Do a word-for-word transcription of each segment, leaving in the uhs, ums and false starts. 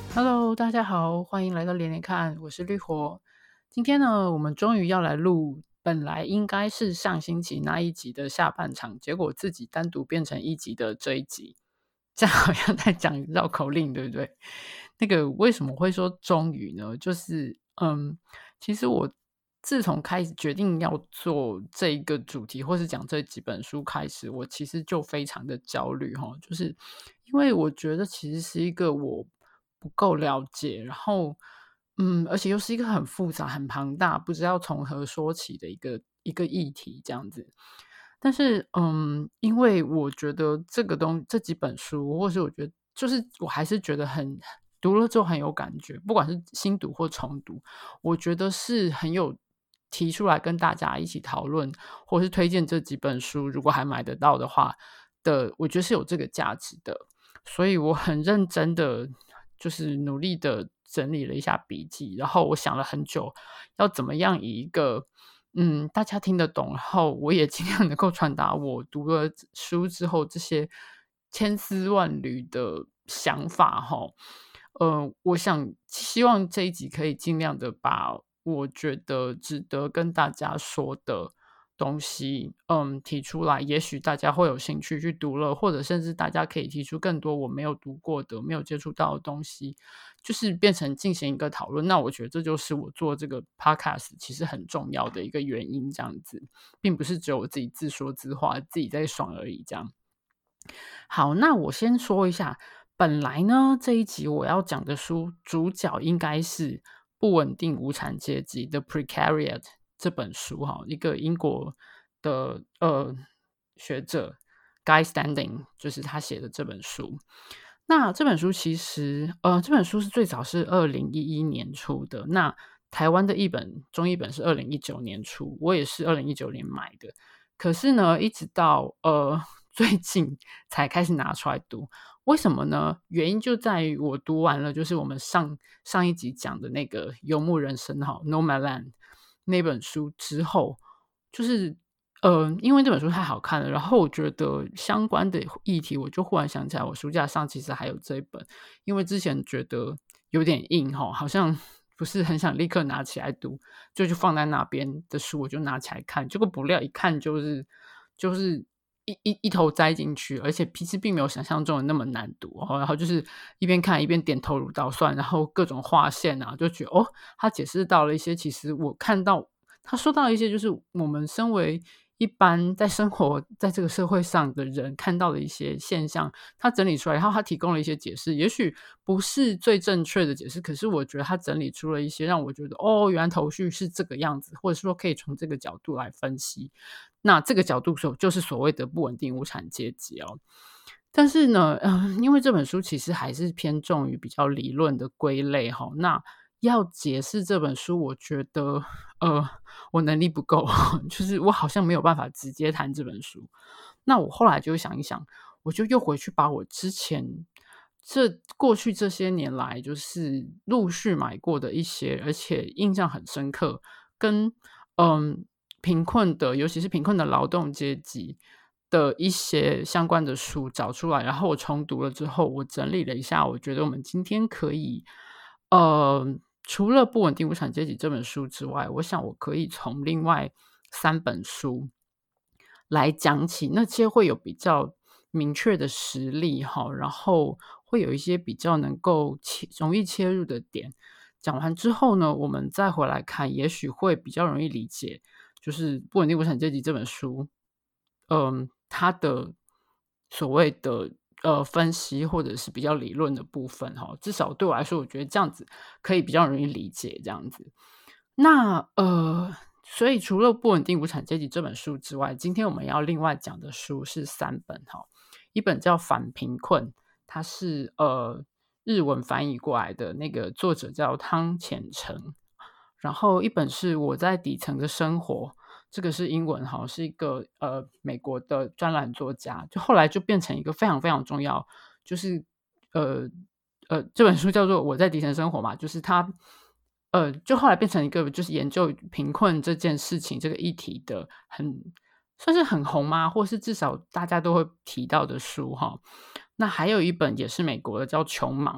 Hello，大家好，欢迎来到连连看，我是绿火。今天呢，我们终于要来录本来应该是上星期那一集的下半场，结果自己单独变成一集的这一集，这样好像在讲绕口令，对不对？那个为什么会说终于呢？就是嗯，其实我自从开始决定要做这一个主题，或是讲这几本书开始，我其实就非常的焦虑哈，就是因为我觉得其实是一个我不够了解，然后嗯，而且又是一个很复杂、很庞大，不知道从何说起的一个一个议题，这样子。但是，嗯，因为我觉得这个东这几本书，或是我觉得，就是我还是觉得很读了之后很有感觉，不管是新读或重读，我觉得是很有提出来跟大家一起讨论，或是推荐这几本书，如果还买得到的话的，我觉得是有这个价值的。所以我很认真的，就是努力的整理了一下笔记，然后我想了很久，要怎么样以一个嗯大家听得懂，然后我也尽量能够传达我读了书之后这些千丝万缕的想法齁。呃，我想希望这一集可以尽量的把我觉得值得跟大家说的东西，嗯，提出来，也许大家会有兴趣去读了，或者甚至大家可以提出更多我没有读过的、没有接触到的东西，就是变成进行一个讨论。那我觉得这就是我做这个 podcast 其实很重要的一个原因，这样子，并不是只有我自己自说自话、自己在爽而已，这样。好，那我先说一下，本来呢这一集我要讲的书主角应该是《不稳定无产阶级》的 Precariat 这本书哈，一个英国的呃学者 Guy Standing 就是他写的这本书。那这本书其实呃这本书是最早是二零一一年出的，那台湾的译本中译本是二零一九年出，我也是二零一九年买的。可是呢，一直到呃最近才开始拿出来读，为什么呢？原因就在于我读完了，就是我们上上一集讲的那个《游牧人生》哈，Nomadland 那本书之后，就是呃，因为这本书太好看了，然后我觉得相关的议题，我就忽然想起来，我书架上其实还有这一本，因为之前觉得有点硬哈，好像不是很想立刻拿起来读，就就放在那边的书，我就拿起来看，结果不料一看就是就是一一一头栽进去，而且其实并没有想象中的那么难读哦。然后就是一边看一边点头如捣蒜，然后各种划线啊，就觉得哦，他解释到了一些，其实我看到他说到一些，就是我们身为一般在生活在这个社会上的人看到的一些现象，他整理出来，然后他提供了一些解释，也许不是最正确的解释，可是我觉得他整理出了一些让我觉得哦，原来头绪是这个样子，或者说可以从这个角度来分析。那这个角度所就是所谓的不稳定无产阶级哦。但是呢，呃，因为这本书其实还是偏重于比较理论的归类哈，那要解释这本书，我觉得呃，我能力不够，就是我好像没有办法直接谈这本书。那我后来就想一想，我就又回去把我之前这过去这些年来，就是陆续买过的一些，而且印象很深刻，跟嗯贫困的，尤其是贫困的劳动阶级的一些相关的书找出来，然后我重读了之后，我整理了一下，我觉得我们今天可以，呃，除了《不稳定无产阶级》这本书之外，我想我可以从另外三本书来讲起，那些会有比较明确的实例哈，然后会有一些比较能够切容易切入的点。讲完之后呢，我们再回来看，也许会比较容易理解，就是《不稳定无产阶级》这本书，嗯，它的所谓的呃分析或者是比较理论的部分哈，至少对我来说，我觉得这样子可以比较容易理解这样子。那呃，所以除了《不稳定无产阶级》这本书之外，今天我们要另外讲的书是三本哈，一本叫《反贫困》，它是呃日文翻译过来的，那个作者叫汤浅成。然后一本是《我在底层的生活》，这个是英文哈，是一个呃美国的专栏作家，就后来就变成一个非常非常重要，就是呃呃这本书叫做《我在底层生活》嘛，就是他呃就后来变成一个就是研究贫困这件事情这个议题的很算是很红吗？或是至少大家都会提到的书哈。那还有一本也是美国的叫《穷忙》，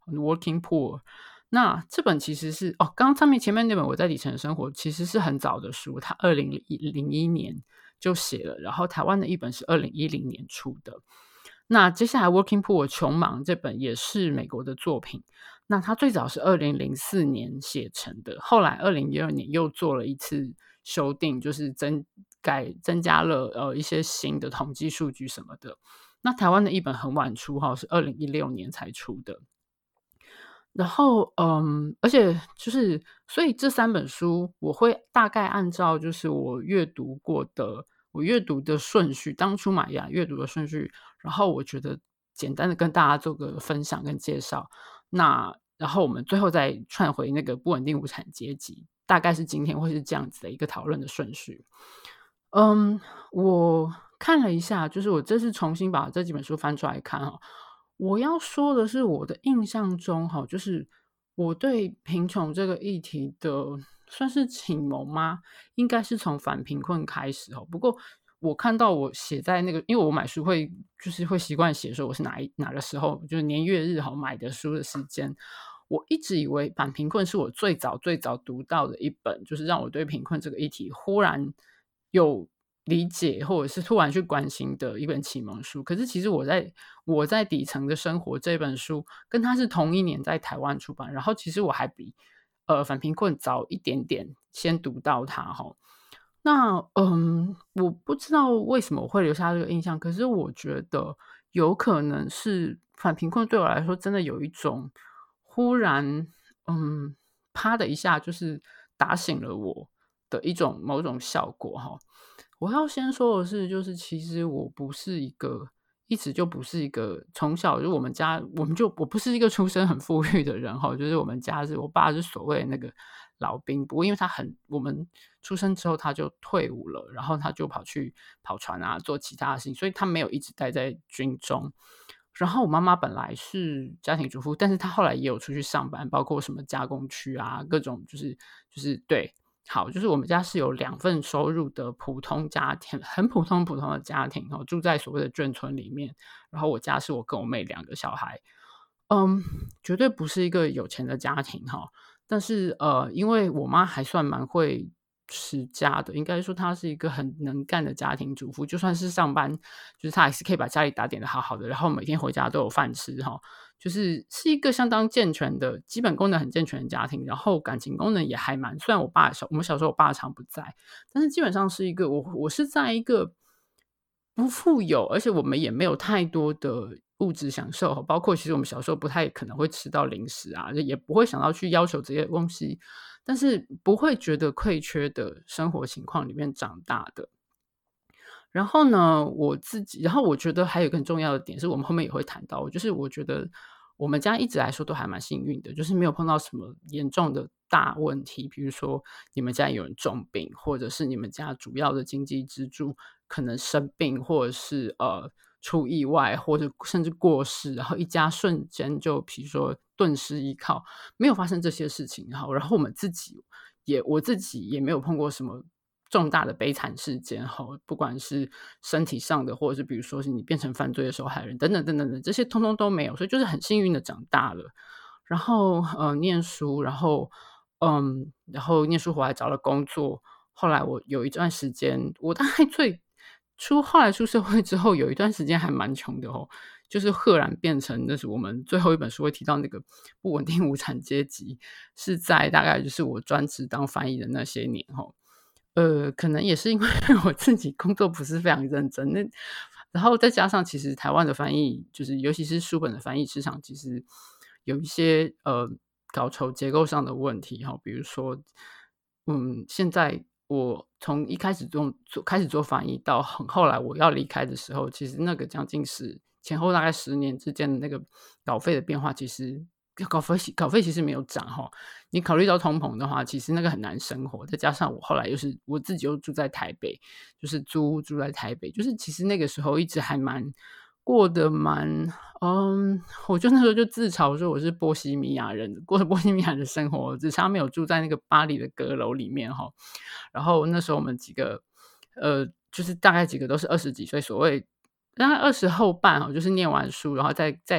Working Poor。那这本其实是哦，刚刚上面前面那本我在底层的生活其实是很早的书，它二零零一年就写了，然后台湾的一本是二零一零年出的。那接下来 Working Poor 穷忙这本也是美国的作品，那它最早是二零零四年写成的，后来二零一二年又做了一次修订，就是增改增加了呃一些新的统计数据什么的。那台湾的一本很晚出哈，是二零一六年才出的。然后嗯，而且就是所以这三本书我会大概按照就是我阅读过的我阅读的顺序，当初买呀阅读的顺序，然后我觉得简单的跟大家做个分享跟介绍。那然后我们最后再串回那个不稳定无产阶级，大概是今天会是这样子的一个讨论的顺序。嗯，我看了一下，就是我这次重新把这几本书翻出来看哈，我要说的是我的印象中哈，就是我对贫穷这个议题的算是启蒙吗？应该是从反贫困开始哦。不过我看到我写在那个，因为我买书会就是会习惯写说我是哪一哪个时候，就是年月日哈买的书的时间。我一直以为反贫困是我最早最早读到的一本，就是让我对贫困这个议题忽然有理解，或者是突然去关心的一本启蒙书。可是其实我在我在底层的生活这本书跟它是同一年在台湾出版，然后其实我还比呃反贫困早一点点先读到它哈。那嗯，我不知道为什么我会留下这个印象，可是我觉得有可能是反贫困对我来说真的有一种忽然嗯啪的一下，就是打醒了我的一种某种效果哈。我要先说的是，就是其实我不是一个一直就不是一个从小就我们家我们就我不是一个出身很富裕的人哈，就是我们家是我爸是所谓的那个老兵，不过因为他很我们出生之后他就退伍了，然后他就跑去跑船啊做其他的事情，所以他没有一直待在军中。然后我妈妈本来是家庭主妇，但是她后来也有出去上班，包括什么加工区啊，各种就是就是对，好，就是我们家是有两份收入的普通家庭，很普通普通的家庭哦，住在所谓的眷村里面。然后我家是我跟我妹两个小孩，嗯，绝对不是一个有钱的家庭哈。但是呃，因为我妈还算蛮会持家的，应该说她是一个很能干的家庭主妇，就算是上班，就是她还是可以把家里打点的好好的，然后每天回家都有饭吃哈。就是是一个相当健全的基本功能很健全的家庭，然后感情功能也还蛮，虽然我爸小我们小时候我爸常不在，但是基本上是一个我我是在一个不富有，而且我们也没有太多的物质享受，包括其实我们小时候不太可能会吃到零食啊，也不会想到去要求这些东西，但是不会觉得亏缺的生活情况里面长大的。然后呢，我自己然后我觉得还有一个很重要的点是我们后面也会谈到，就是我觉得我们家一直来说都还蛮幸运的，就是没有碰到什么严重的大问题，比如说你们家有人重病，或者是你们家主要的经济支柱可能生病，或者是呃出意外，或者甚至过世，然后一家瞬间就比如说顿失依靠，没有发生这些事情。然后然后我们自己也我自己也没有碰过什么重大的悲惨事件哈，不管是身体上的，或者是比如说是你变成犯罪的受害人等等等等的，这些通通都没有，所以就是很幸运的长大了。然后呃念书，然后嗯，然后念书回来找了工作。后来我有一段时间，我大概最出后来出社会之后，有一段时间还蛮穷的哦，就是赫然变成那是我们最后一本书会提到那个不稳定无产阶级，是在大概就是我专职当翻译的那些年哦。呃，可能也是因为我自己工作不是非常认真，那然后再加上其实台湾的翻译，就是尤其是书本的翻译市场，其实有一些呃稿酬结构上的问题哈，比如说，嗯，现在我从一开始做做开始做翻译到很后来我要离开的时候，其实那个将近是前后大概十年之间的那个稿费的变化，其实稿费稿费其实没有涨哈。你考虑到通膨的话，其实那个很难生活。再加上我后来又是我自己又住在台北，就是租屋住在台北，就是其实那个时候一直还蛮过得蛮嗯，我就那时候就自嘲说我是波西米亚人，过着波西米亚的生活，只差没有住在那个巴黎的阁楼里面哈。然后那时候我们几个呃，就是大概几个都是二十几岁，所谓大概二十后半哈，就是念完书，然后再再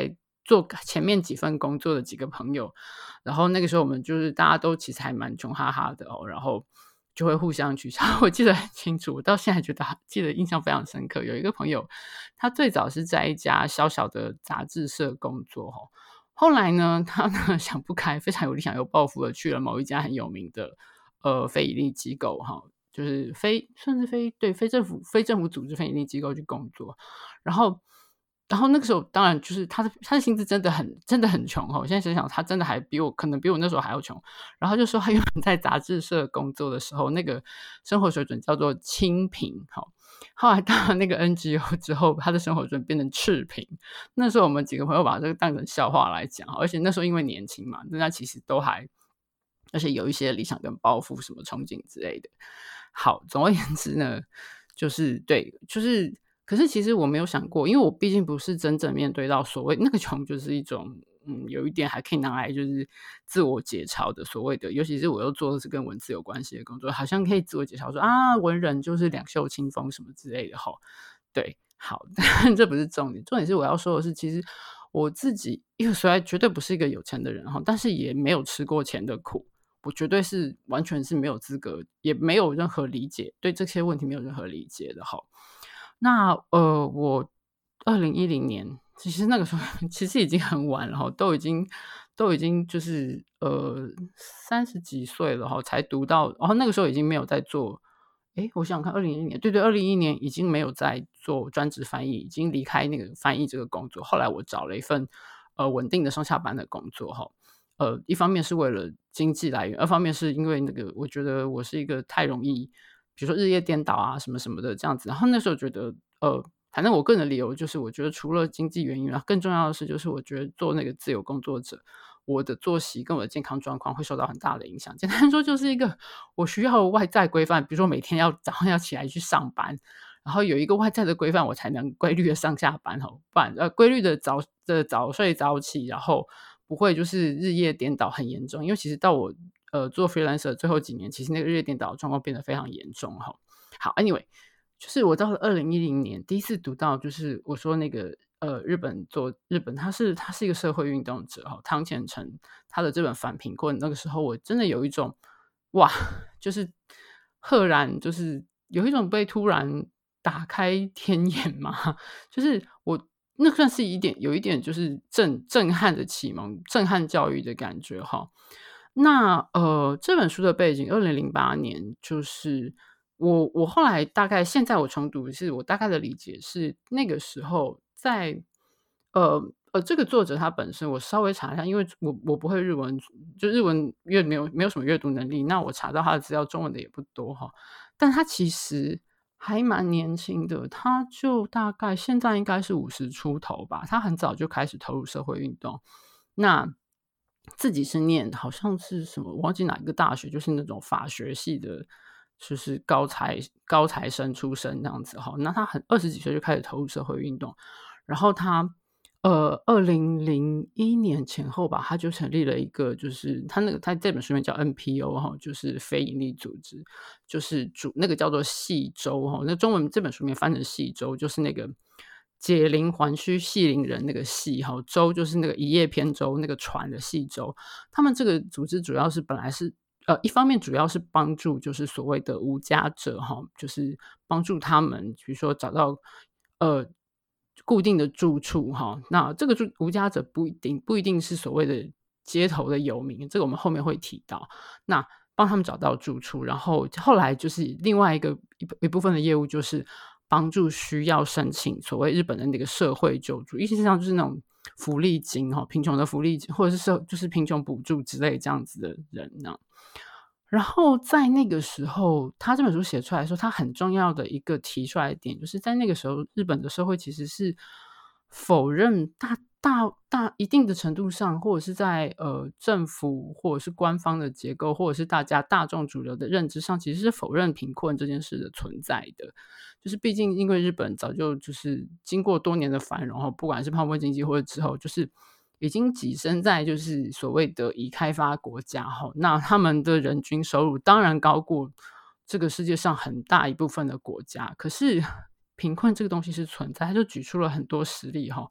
做前面几份工作的几个朋友，然后那个时候我们就是大家都其实还蛮穷哈哈的哦，然后就会互相取笑。我记得很清楚，我到现在觉得记得印象非常深刻。有一个朋友，他最早是在一家小小的杂志社工作哦，后来呢，他呢想不开，非常有理想有抱负的去了某一家很有名的呃非营利机构哈，就是非算是非对非政府非政府组织非营利机构去工作，然后。然后那个时候，当然就是他的他的薪资真的很真的很穷哦。我现在想想，他真的还比我可能比我那时候还要穷。然后就说他原本在杂志社工作的时候，那个生活水准叫做清贫哈。后来到了那个 N G O 之后，他的生活水准变成赤贫。那时候我们几个朋友把这个当成笑话来讲，而且那时候因为年轻嘛，大家其实都还，而且有一些理想跟抱负、什么憧憬之类的。好，总而言之呢，就是对，就是。可是其实我没有想过，因为我毕竟不是真正面对到所谓那个穷，就是一种嗯，有一点还可以拿来就是自我解嘲的所谓的，尤其是我又做的是跟文字有关系的工作，好像可以自我解嘲说啊，文人就是两袖清风什么之类的哈。对，好，但这不是重点，重点是我要说的是，其实我自己因为虽然绝对不是一个有钱的人哈，但是也没有吃过钱的苦。我绝对是完全是没有资格，也没有任何理解，对这些问题没有任何理解的哈。那呃，我二零一零年，其实那个时候其实已经很晚了哈，都已经都已经就是呃三十几岁了哈，才读到，然后那个时候已经没有在做。诶，我想想看，二零一零年，对对，二零一一年已经没有在做专职翻译，已经离开那个翻译这个工作。后来我找了一份呃稳定的上下班的工作哈。呃，一方面是为了经济来源，二方面是因为那个我觉得我是一个太容易，比如说日夜颠倒啊什么什么的这样子。然后那时候觉得，呃，反正我个人的理由就是，我觉得除了经济原因啊，更重要的是就是我觉得做那个自由工作者，我的作息跟我的健康状况会受到很大的影响。简单说就是一个我需要外在规范，比如说每天要早上要起来去上班。然后有一个外在的规范，我才能规律的上下班哦，不然呃规律的早的早睡早起，然后不会就是日夜颠倒很严重。因为其实到我呃做 freelancer 最后几年，其实那个日夜颠倒的状况变得非常严重哈。好 ，anyway，就是我到了二零一零年第一次读到，就是我说那个呃日本做日本，他是他是一个社会运动者哈，汤浅诚他的这本反贫困，那个时候我真的有一种哇，就是赫然就是有一种被突然打开天眼嘛，就是我那算是一点有一点就是震震撼的启蒙、震撼教育的感觉哈。那呃，这本书的背景，二零零八年，就是我我后来大概现在我重读，是我大概的理解是那个时候在呃呃，这个作者他本身我稍微查一下，因为我我不会日文，就日文阅没有没有什么阅读能力，那我查到他的资料中文的也不多哈，但他其实还蛮年轻的，他就大概现在应该是五十出头吧，他很早就开始投入社会运动。那自己是念好像是什么，我忘记哪一个大学，就是那种法学系的，就是高材高材生出身这样子哈。那他很二十几岁就开始投入社会运动，然后他呃二零零一年前后吧，他就成立了一个，就是他那个他这本书里面叫 N P O 哈，就是非营利组织，就是主那个叫做细舟哈，那中文这本书里面翻成细舟，就是那个解铃还须系铃人那个系哈，舟就是那个一叶扁舟那个船的细舟。他们这个组织主要是本来是呃，一方面主要是帮助就是所谓的无家者哈，就是帮助他们比如说找到呃固定的住处哈。那这个住无家者不一定不一定是所谓的街头的游民，这个我们后面会提到。那帮他们找到住处，然后后来就是另外一个一一部分的业务就是帮助需要申请所谓日本的那个社会救助，意思上就是那种福利金哈，贫穷的福利金或者是社就是贫穷补助之类这样子的人呢。然后在那个时候，他这本书写出来说，他很重要的一个提出来的点，就是在那个时候，日本的社会其实是否认大大大一定的程度上，或者是在呃政府或者是官方的结构，或者是大家大众主流的认知上，其实是否认贫困这件事的存在的。就是毕竟因为日本早就就是经过多年的繁荣，不管是泡沫经济或者之后，就是已经跻身在就是所谓的已开发国家，那他们的人均收入当然高过这个世界上很大一部分的国家，可是贫困这个东西是存在，他就举出了很多实例哈。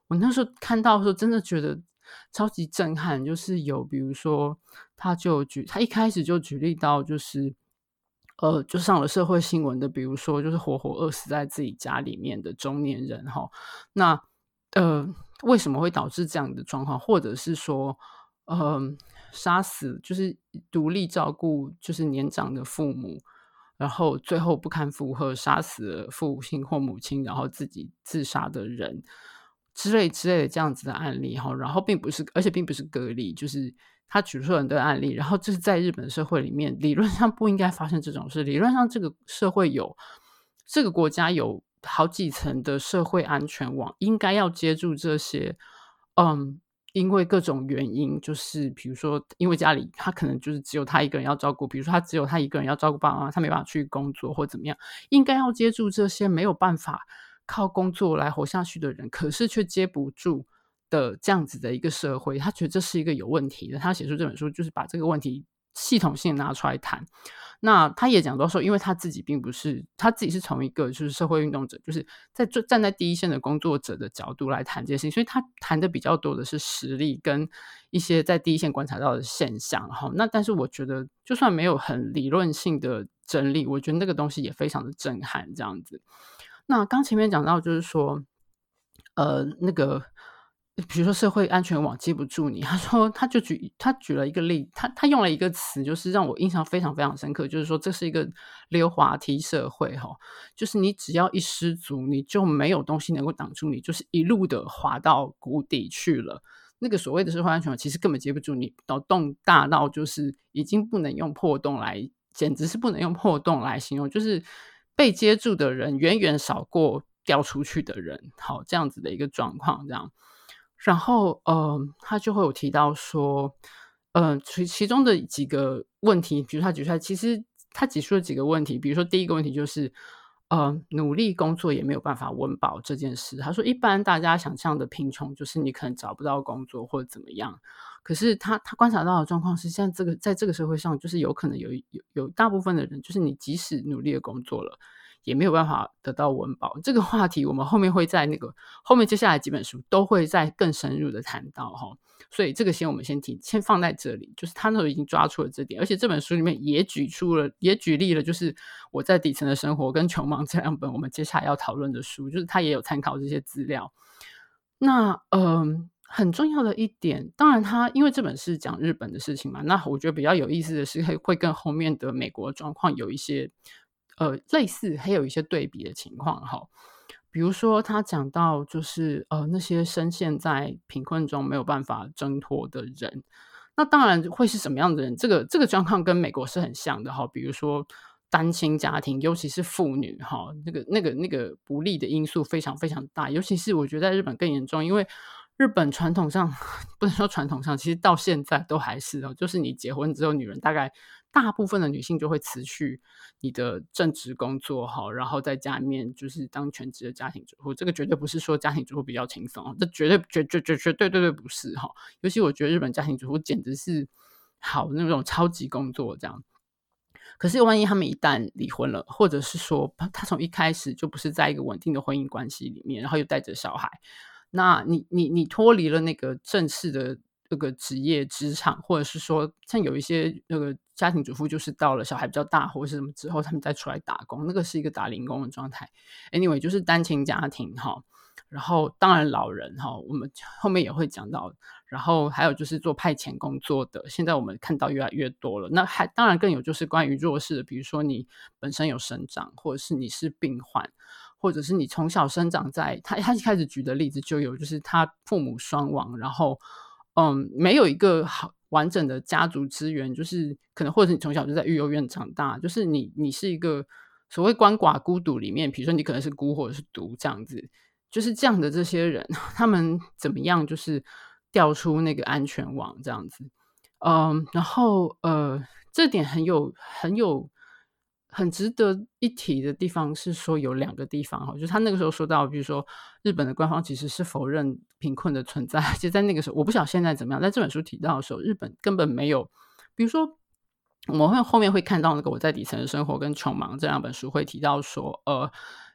我那时候看到的时候真的觉得超级震撼，就是有比如说他就举他一开始就举例到就是呃，就上了社会新闻的，比如说就是活活饿死在自己家里面的中年人哈，那呃为什么会导致这样的状况，或者是说呃杀死就是独立照顾就是年长的父母，然后最后不堪负荷杀死了父亲或母亲，然后自己自杀的人之类之类的这样子的案例哈，然后并不是，而且并不是个例，就是他举出很多案例，然后这是在日本社会里面理论上不应该发生这种事，理论上这个社会有这个国家有好几层的社会安全网，应该要接住这些嗯因为各种原因，就是比如说，因为家里他可能就是只有他一个人要照顾，比如说他只有他一个人要照顾爸爸妈妈，他没办法去工作或怎么样，应该要接住这些没有办法靠工作来活下去的人，可是却接不住的这样子的一个社会，他觉得这是一个有问题的。他写出这本书就是把这个问题系统性拿出来谈。那他也讲到说，因为他自己并不是他自己是从一个就是社会运动者，就是在站在第一线的工作者的角度来谈这些事情，所以他谈的比较多的是实力跟一些在第一线观察到的现象哈。那但是我觉得，就算没有很理论性的真理，我觉得那个东西也非常的震撼这样子。那刚前面讲到就是说，呃，那个比如说社会安全网接不住你，他说他就举他举了一个例，他他用了一个词，就是让我印象非常非常深刻，就是说这是一个溜滑梯社会哈，就是你只要一失足，你就没有东西能够挡住你，就是一路的滑到谷底去了。那个所谓的社会安全网其实根本接不住你，脑洞大到就是已经不能用破洞来，简直是不能用破洞来形容，就是被接住的人远远少过掉出去的人，好，这样子的一个状况这样。然后呃，他就会有提到说，呃，其其中的几个问题，比如他举出来，其实他举出了几个问题，比如说第一个问题就是，呃，努力工作也没有办法温饱这件事。他说，一般大家想象的贫穷，就是你可能找不到工作或者怎么样。可是他他观察到的状况是，现在这个在这个社会上，就是有可能有有有大部分的人，就是你即使努力的工作了，也没有办法得到温饱。这个话题我们后面会在那个后面接下来几本书都会再更深入的谈到哈，所以这个先我们先提先放在这里，就是他那时候已经抓出了这点，而且这本书里面也举出了也举例了，就是我在底层的生活跟穷忙这两本我们接下来要讨论的书，就是他也有参考这些资料。那嗯、呃很重要的一点，当然他因为这本是讲日本的事情嘛，那我觉得比较有意思的是会会跟后面的美国状况有一些呃类似，还有一些对比的情况哈。比如说他讲到就是呃那些深陷在贫困中没有办法挣脱的人，那当然会是什么样的人？这个这个状况跟美国是很像的哈。比如说单亲家庭，尤其是妇女哈，那个那个那个不利的因素非常非常大。尤其是我觉得在日本更严重，因为日本传统上不能说传统上，其实到现在都还是哦，就是你结婚之后，女人大概大部分的女性就会辞去你的正职工作哈，然后在家里面就是当全职的家庭主妇。这个绝对不是说家庭主妇比较轻松，这绝对绝绝绝绝对对对不是哈。尤其我觉得日本家庭主妇简直是好那种超级工作这样。可是万一他们一旦离婚了，或者是说他从一开始就不是在一个稳定的婚姻关系里面，然后又带着小孩，那你你你脱离了那个正式的这个职业职场，或者是说像有一些那个家庭主妇，就是到了小孩比较大或者是什么之后，他们再出来打工，那个是一个打零工的状态。Anyway，就是单亲家庭哈，然后当然老人哈，我们后面也会讲到。然后还有就是做派遣工作的，现在我们看到越来越多了。那还当然更有就是关于弱势的，比如说你本身有生长，或者是你是病患，或者是你从小生长在他他一开始举的例子就有，就是他父母双亡，然后嗯没有一个好完整的家族资源，就是可能或者你从小就在育幼院长大，就是你你是一个所谓鳏寡孤独里面，比如说你可能是孤或者是独这样子，就是这样的这些人，他们怎么样就是调出那个安全网这样子。嗯，然后呃，这点很有很有很值得一提的地方是说有两个地方哈，就是他那个时候说到，比如说日本的官方其实是否认贫困的存在，其实在那个时候我不晓得现在怎么样，在这本书提到的时候，日本根本没有，比如说我们会后面会看到那个我在底层的生活跟穷忙这两本书会提到说，呃，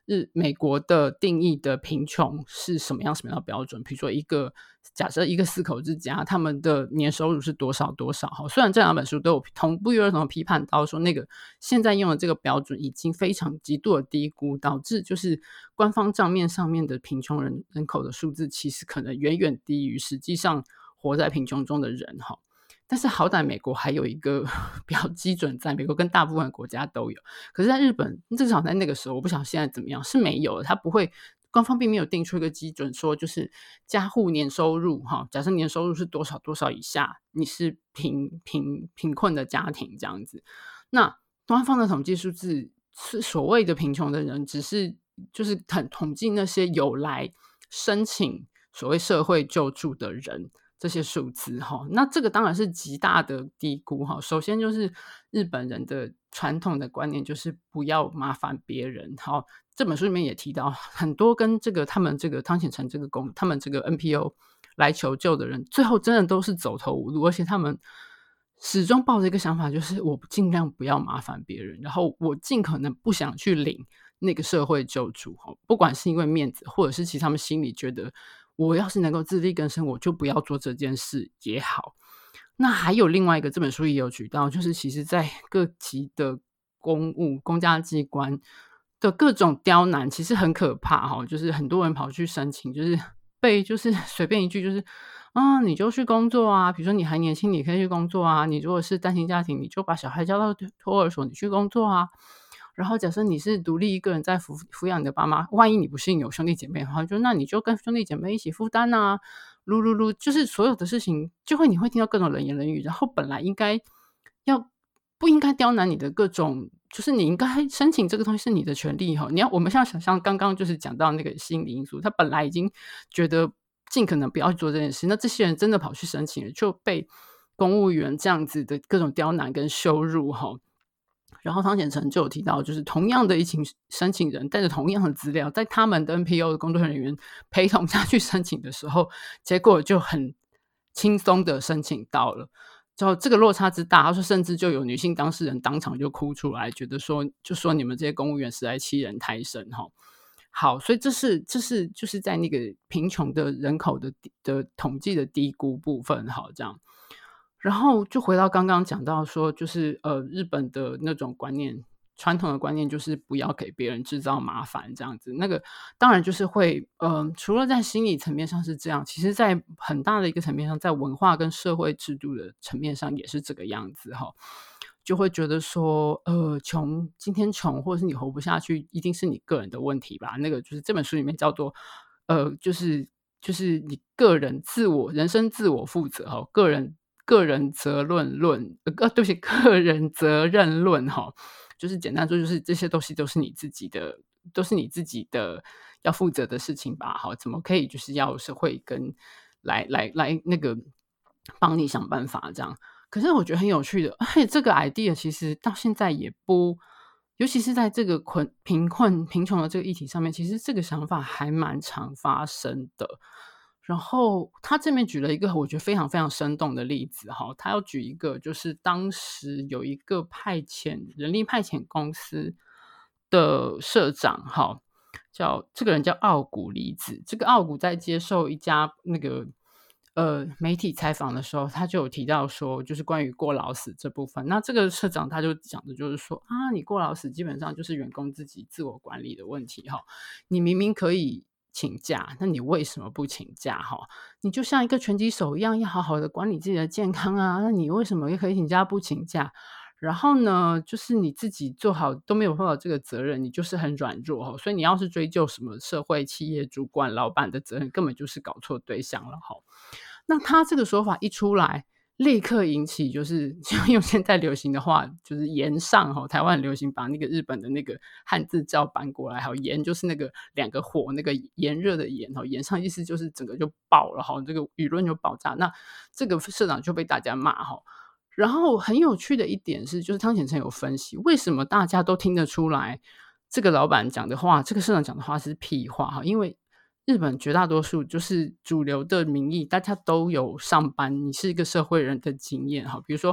日美国的定义的贫穷是什么样什么样的标准。比如说一个假设一个四口之家，他们的年收入是多少多少。虽然这两本书都有同不约而同的批判到说，那个现在用的这个标准已经非常极度的低估，导致就是官方账面上面的贫穷人人口的数字其实可能远远低于实际上活在贫穷中的人。但是好歹美国还有一个标基准在，美国跟大部分国家都有。可是在日本，至少在那个时候，我不晓得现在怎么样，是没有的。它不会，官方并没有定出一个基准，说就是家户年收入哈，假设年收入是多少多少以下，你是贫贫贫困的家庭这样子。那官方的统计数字是所谓的贫穷的人，只是就是很统计那些有来申请所谓社会救助的人。这些数字哈，那这个当然是极大的低估哈。首先就是日本人的传统的观念就是不要麻烦别人。好，这本书里面也提到很多跟这个他们这个汤显成这个公他们这个 N P O 来求救的人，最后真的都是走投无路，而且他们始终抱着一个想法，就是我尽量不要麻烦别人，然后我尽可能不想去领那个社会救助，不管是因为面子，或者是其实他们心里觉得我要是能够自力更生，我就不要做这件事也好。那还有另外一个，这本书也有举到，就是其实在各级的公务公家机关的各种刁难其实很可怕，就是很多人跑去申请，就是被就是随便一句就是啊，你就去工作啊，比如说你还年轻你可以去工作啊，你如果是单亲家庭你就把小孩交到托儿所，你去工作啊。然后假设你是独立一个人在抚抚养你的爸妈，万一你不幸有兄弟姐妹的话，就那你就跟兄弟姐妹一起负担啊，噜噜噜，就是所有的事情就会你会听到各种冷言冷语，然后本来应该要不应该刁难你的各种，就是你应该申请这个东西是你的权利。你要我们像想象刚刚就是讲到那个心理因素，他本来已经觉得尽可能不要去做这件事，那这些人真的跑去申请了，就被公务员这样子的各种刁难跟羞辱。然后汤显成就有提到，就是同样的一群申请人带着同样的资料，在他们的 N P O 的工作人员陪同下去申请的时候，结果就很轻松的申请到了。就这个落差之大，他说甚至就有女性当事人当场就哭出来，觉得说就说你们这些公务员实在欺人太甚。好，所以这是这是就是在那个贫穷的人口的的统计的低估部分。好，这样。然后就回到刚刚讲到说，就是呃，日本的那种观念，传统的观念就是不要给别人制造麻烦这样子。那个当然就是会，呃，除了在心理层面上是这样，其实在很大的一个层面上，在文化跟社会制度的层面上也是这个样子哈。就会觉得说，呃，穷，今天穷，或者是你活不下去，一定是你个人的问题吧？那个就是这本书里面叫做，呃，就是就是你个人自我人生自我负责哈，个人。个人责论论呃，对不起，个人责任论哈，就是简单说，就是这些东西都是你自己的，都是你自己的要负责的事情吧？哈，怎么可以就是要社会跟来来来那个帮你想办法这样？可是我觉得很有趣的，而且这个 idea 其实到现在也不，尤其是在这个困贫困贫穷的这个议题上面，其实这个想法还蛮常发生的。然后他这边举了一个我觉得非常非常生动的例子哈，他要举一个就是当时有一个派遣人力派遣公司的社长哈，叫这个人叫奥谷离子。这个奥谷在接受一家那个呃媒体采访的时候，他就有提到说，就是关于过劳死这部分。那这个社长他就讲的就是说啊，你过劳死基本上就是员工自己自我管理的问题哈，你明明可以请假，那你为什么不请假哈？你就像一个拳击手一样，要好好的管理自己的健康啊，那你为什么可以请假不请假？然后呢，就是你自己做好都没有做好这个责任，你就是很软弱。所以你要是追究什么社会企业主管老板的责任，根本就是搞错对象了。那他这个说法一出来，立刻引起就是用现在流行的话就是炎上，台湾很流行把那个日本的那个汉字照搬过来，好，炎就是那个两个火那个炎热的炎，炎上意思就是整个就爆了，这个舆论就爆炸。那这个社长就被大家骂。然后很有趣的一点是，就是汤显成有分析为什么大家都听得出来这个老板讲的话，这个社长讲的话是屁话。因为日本绝大多数就是主流的民意，大家都有上班，你是一个社会人的经验。比如说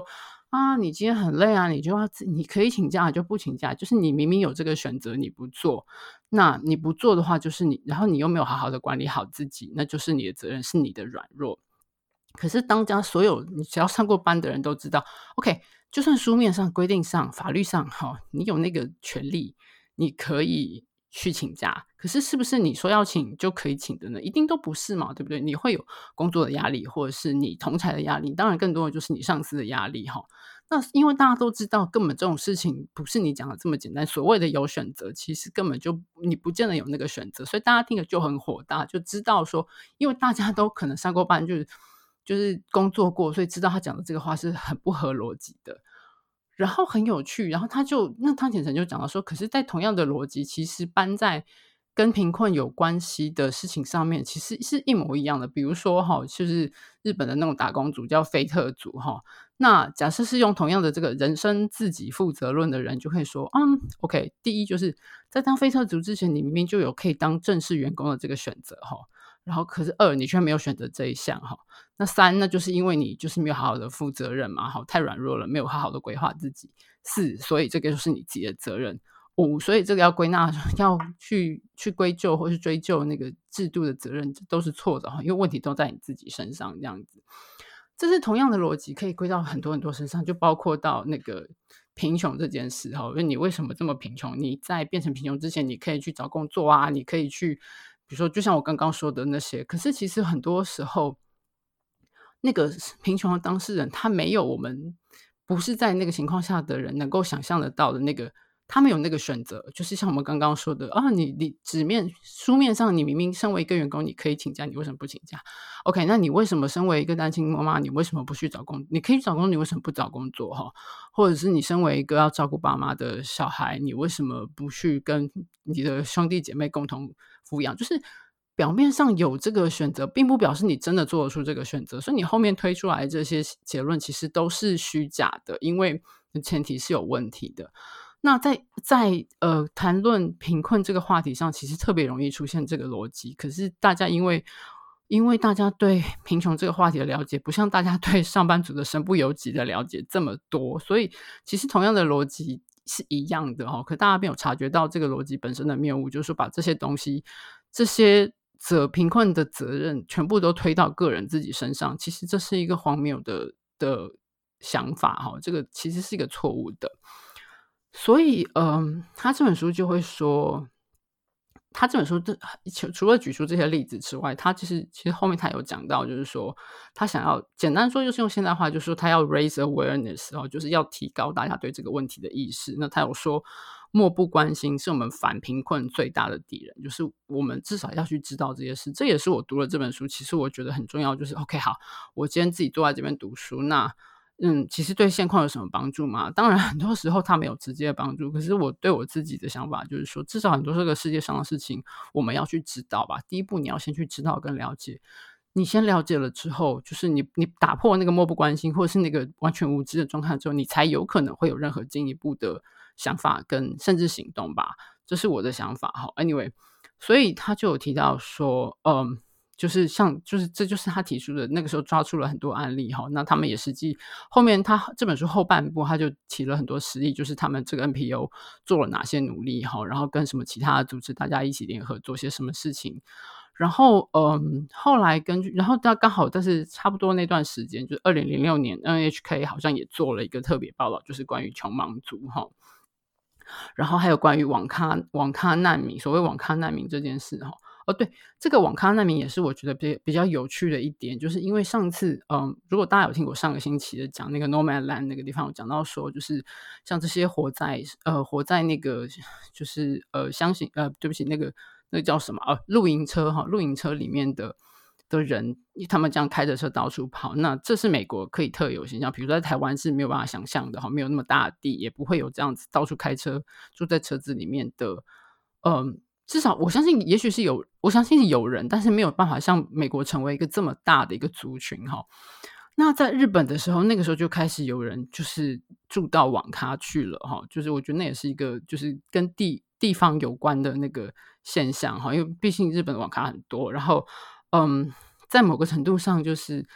啊，你今天很累啊，你就要你可以请假就不请假，就是你明明有这个选择你不做，那你不做的话就是你，然后你又没有好好的管理好自己，那就是你的责任，是你的软弱。可是当家所有你只要上过班的人都知道 OK， 就算书面上规定上法律上你有那个权利，你可以去请假，可是是不是你说要请就可以请的呢？一定都不是嘛，对不对？你会有工作的压力，或者是你同侪的压力，当然更多的就是你上司的压力。那因为大家都知道根本这种事情不是你讲的这么简单，所谓的有选择其实根本就你不见得有那个选择，所以大家听了就很火大，就知道说因为大家都可能上过班，就是就是工作过，所以知道他讲的这个话是很不合逻辑的。然后很有趣，然后他就那汤浅层就讲到说，可是在同样的逻辑，其实搬在跟贫困有关系的事情上面，其实是一模一样的。比如说哈，就是日本的那种打工族叫非特族哈，那假设是用同样的这个人生自己负责论的人，就可以说，嗯 ，OK， 第一就是在当非特族之前，你明明就有可以当正式员工的这个选择哈，然后可是二你却没有选择这一项哈，那三那就是因为你就是没有好好的负责任嘛，太软弱了，没有好好的规划自己。四所以这个就是你自己的责任。五所以这个要归纳要去去归咎或是追究那个制度的责任都是错的，因为问题都在你自己身上这样子。这是同样的逻辑可以归到很多很多身上，就包括到那个贫穷这件事，因为你为什么这么贫穷，你在变成贫穷之前你可以去找工作啊，你可以去比如说就像我刚刚说的那些，可是其实很多时候那个贫穷的当事人他没有我们不是在那个情况下的人能够想象得到的那个，他们有那个选择，就是像我们刚刚说的啊，你你纸面书面上你明明身为一个员工你可以请假，你为什么不请假 OK， 那你为什么身为一个单亲妈妈你为什么不去找工你可以找工作，你为什么不找工作哈？或者是你身为一个要照顾爸妈的小孩，你为什么不去跟你的兄弟姐妹共同抚养？就是表面上有这个选择，并不表示你真的做得出这个选择，所以你后面推出来这些结论其实都是虚假的，因为前提是有问题的。那在在呃谈论贫困这个话题上，其实特别容易出现这个逻辑。可是大家因为因为大家对贫穷这个话题的了解，不像大家对上班族的身不由己的了解这么多，所以其实同样的逻辑是一样的哈。可大家没有察觉到这个逻辑本身的谬误，就是说把这些东西这些责贫困的责任全部都推到个人自己身上，其实这是一个荒谬的的想法哈，这个其实是一个错误的。所以嗯，他这本书就会说他这本书除了举出这些例子之外，他其实其实后面他有讲到，就是说他想要简单说就是用现代话，就是说他要 raise awareness 哦，就是要提高大家对这个问题的意识。那他有说漠不关心是我们反贫困最大的敌人，就是我们至少要去知道这些事。这也是我读了这本书，其实我觉得很重要，就是 OK 好，我今天自己坐在这边读书，那嗯，其实对现况有什么帮助吗？当然很多时候它没有直接的帮助，可是我对我自己的想法就是说，至少很多这个世界上的事情我们要去知道吧。第一步你要先去知道跟了解，你先了解了之后，就是你你打破那个漠不关心或者是那个完全无知的状态之后，你才有可能会有任何进一步的想法跟甚至行动吧。这是我的想法。好 anyway， 所以他就有提到说嗯就是像就是这就是他提出的那个时候抓出了很多案例哈，那他们也实际后面他这本书后半部他就提了很多实例，就是他们这个 N P O 做了哪些努力哈，然后跟什么其他的组织大家一起联合做些什么事情。然后嗯，后来根据然后他刚好但是差不多那段时间就是二零零六年 N H K 好像也做了一个特别报道，就是关于穷忙族哈。然后还有关于网咖网咖难民，所谓网咖难民这件事哈。哦，对，这个网咖难民也是我觉得比比较有趣的一点，就是因为上次嗯，如果大家有听过上个星期的讲那个 Nomadland 那个地方，有讲到说，就是像这些活在呃活在那个就是呃相信呃对不起那个那个叫什么呃露营车哈露营车里面的的人，他们这样开着车到处跑，那这是美国可以特有现象，比如说在台湾是没有办法想象的哈，没有那么大的地，也不会有这样子到处开车住在车子里面的嗯。至少我相信也许是有我相信是有人，但是没有办法像美国成为一个这么大的一个族群哈。那在日本的时候，那个时候就开始有人就是住到网咖去了哈，就是我觉得那也是一个就是跟地地方有关的那个现象哈，因为毕竟日本的网咖很多，然后嗯，在某个程度上就是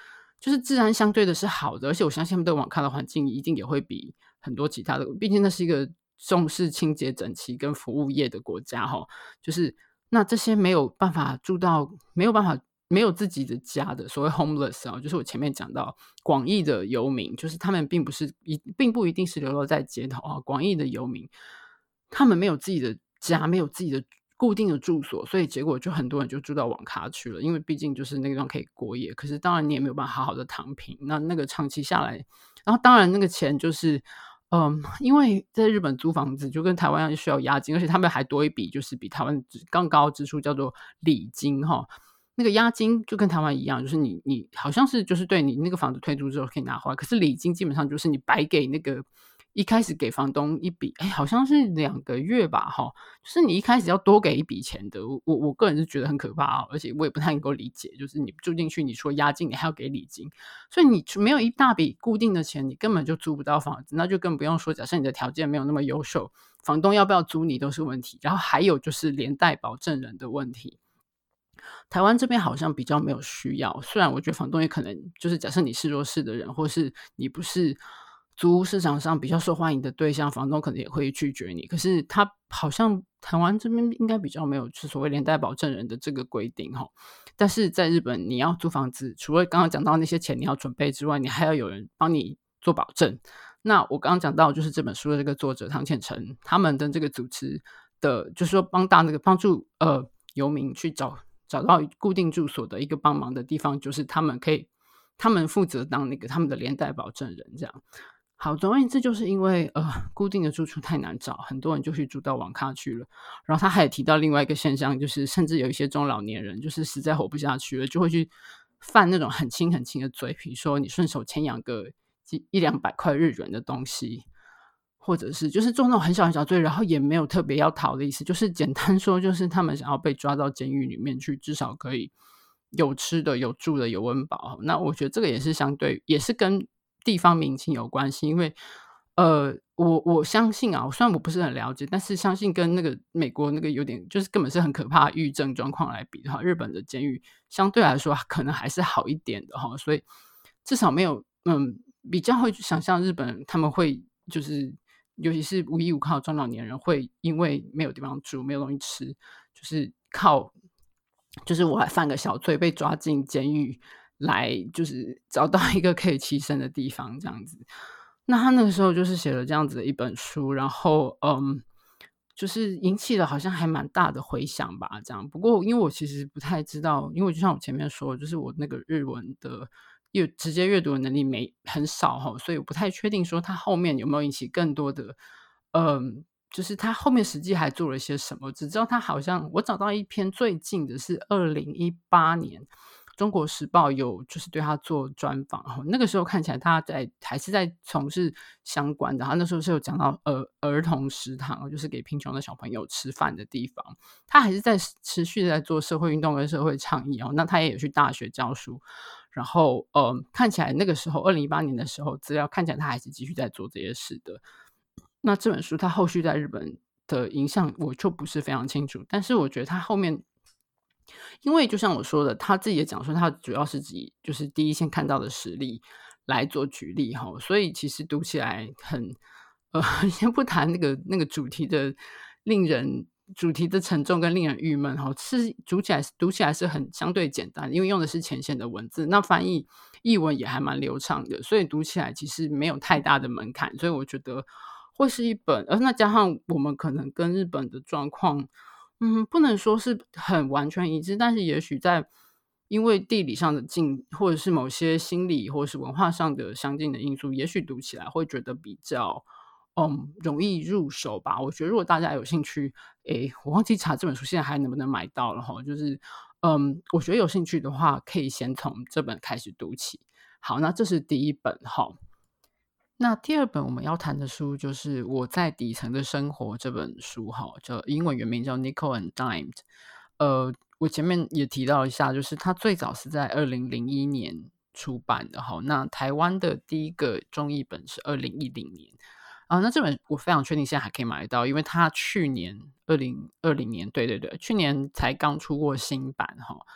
就是治安相对的是好的，而且我相信他们的网咖的环境一定也会比很多其他的，毕竟那是一个重视清洁整齐跟服务业的国家齁，就是那这些没有办法住到没有办法没有自己的家的所谓 homeless 啊，就是我前面讲到广义的游民，就是他们并不是一并不一定是流落在街头啊，广义的游民，他们没有自己的家，没有自己的固定的住所，所以结果就很多人就住到网咖去了，因为毕竟就是那个地方可以过夜，可是当然你也没有办法好好的躺平，那那个长期下来，然后当然那个钱就是嗯，因为在日本租房子就跟台湾一样需要押金，而且他们还多一笔就是比台湾更高的支出叫做礼金齁。那个押金就跟台湾一样，就是你你好像是就是对你那个房子退租之后可以拿回来，可是礼金基本上就是你白给那个一开始给房东一笔，哎，好像是两个月吧齁，就是你一开始要多给一笔钱的。我我我个人是觉得很可怕哦，而且我也不太能够理解，就是你住进去，你说押金你还要给礼金，所以你没有一大笔固定的钱，你根本就租不到房子，那就更不用说假设你的条件没有那么优秀，房东要不要租你都是问题。然后还有就是连带保证人的问题。台湾这边好像比较没有需要，虽然我觉得房东也可能就是假设你是弱势的人，或是你不是租屋市场上比较受欢迎的对象，房东可能也会拒绝你。可是他好像台湾这边应该比较没有所谓连带保证人的这个规定齁。但是在日本你要租房子，除了刚刚讲到那些钱你要准备之外，你还要有人帮你做保证。那我刚刚讲到就是这本书的这个作者汤浅诚，他们的这个组织的就是说帮大那个帮助呃游民去找找到固定住所的一个帮忙的地方，就是他们可以他们负责当那个他们的连带保证人这样。好，总而言之就是因为呃固定的住处太难找，很多人就去住到网咖去了。然后他还提到另外一个现象，就是甚至有一些中老年人就是实在活不下去了，就会去犯那种很轻很轻的罪，比如说你顺手牵羊个一两百块日元的东西，或者是就是做那种很小很小罪，然后也没有特别要逃的意思，就是简单说就是他们想要被抓到监狱里面去，至少可以有吃的有住的有温饱。那我觉得这个也是相对也是跟地方民情有关系，因为呃我我相信啊，虽然我不是很了解，但是相信跟那个美国那个有点就是根本是很可怕的狱政状况来比的话，日本的监狱相对来说可能还是好一点的齁，所以至少没有嗯比较会想象日本人他们会就是尤其是无依无靠的中老年人会因为没有地方住没有东西吃，就是靠就是我还犯个小罪被抓进监狱来就是找到一个可以栖身的地方这样子。那他那个时候就是写了这样子的一本书，然后嗯就是引起了好像还蛮大的回响吧这样。不过因为我其实不太知道，因为就像我前面说的，就是我那个日文的阅直接阅读的能力没很少齁，所以我不太确定说他后面有没有引起更多的嗯就是他后面实际还做了些什么，只知道他好像我找到一篇最近的是二零一八年中国时报有就是对他做专访，那个时候看起来他在还是在从事相关的，他那时候是有讲到呃儿童食堂，就是给贫穷的小朋友吃饭的地方，他还是在持续的在做社会运动跟社会倡议哦。那他也有去大学教书，然后呃看起来那个时候二零一八年的时候资料看起来他还是继续在做这些事的。那这本书他后续在日本的影响我就不是非常清楚，但是我觉得他后面因为就像我说的，他自己也讲说他主要是以就是第一线看到的实例来做举例齁，所以其实读起来很呃先不谈那个那个主题的令人主题的沉重跟令人郁闷齁，是读起来读起来是很相对简单，因为用的是前线的文字，那翻译译文也还蛮流畅的，所以读起来其实没有太大的门槛，所以我觉得会是一本呃，那加上我们可能跟日本的状况嗯，不能说是很完全一致，但是也许在因为地理上的近，或者是某些心理或者是文化上的相近的因素，也许读起来会觉得比较嗯容易入手吧。我觉得如果大家有兴趣，诶，我忘记查这本书现在还能不能买到了齁，就是嗯，我觉得有兴趣的话，可以先从这本开始读起。好，那这是第一本齁。那第二本我们要谈的书就是《我在底层的生活》这本书齁，叫英文原名叫 Nickel and Dimed。呃，我前面也提到一下，就是它最早是在二零零一年出版的齁，那台湾的第一个中译本是二零一零年。啊，那这本我非常确定现在还可以买得到，因为它去年二零二零年对对对，去年才刚出过新版齁。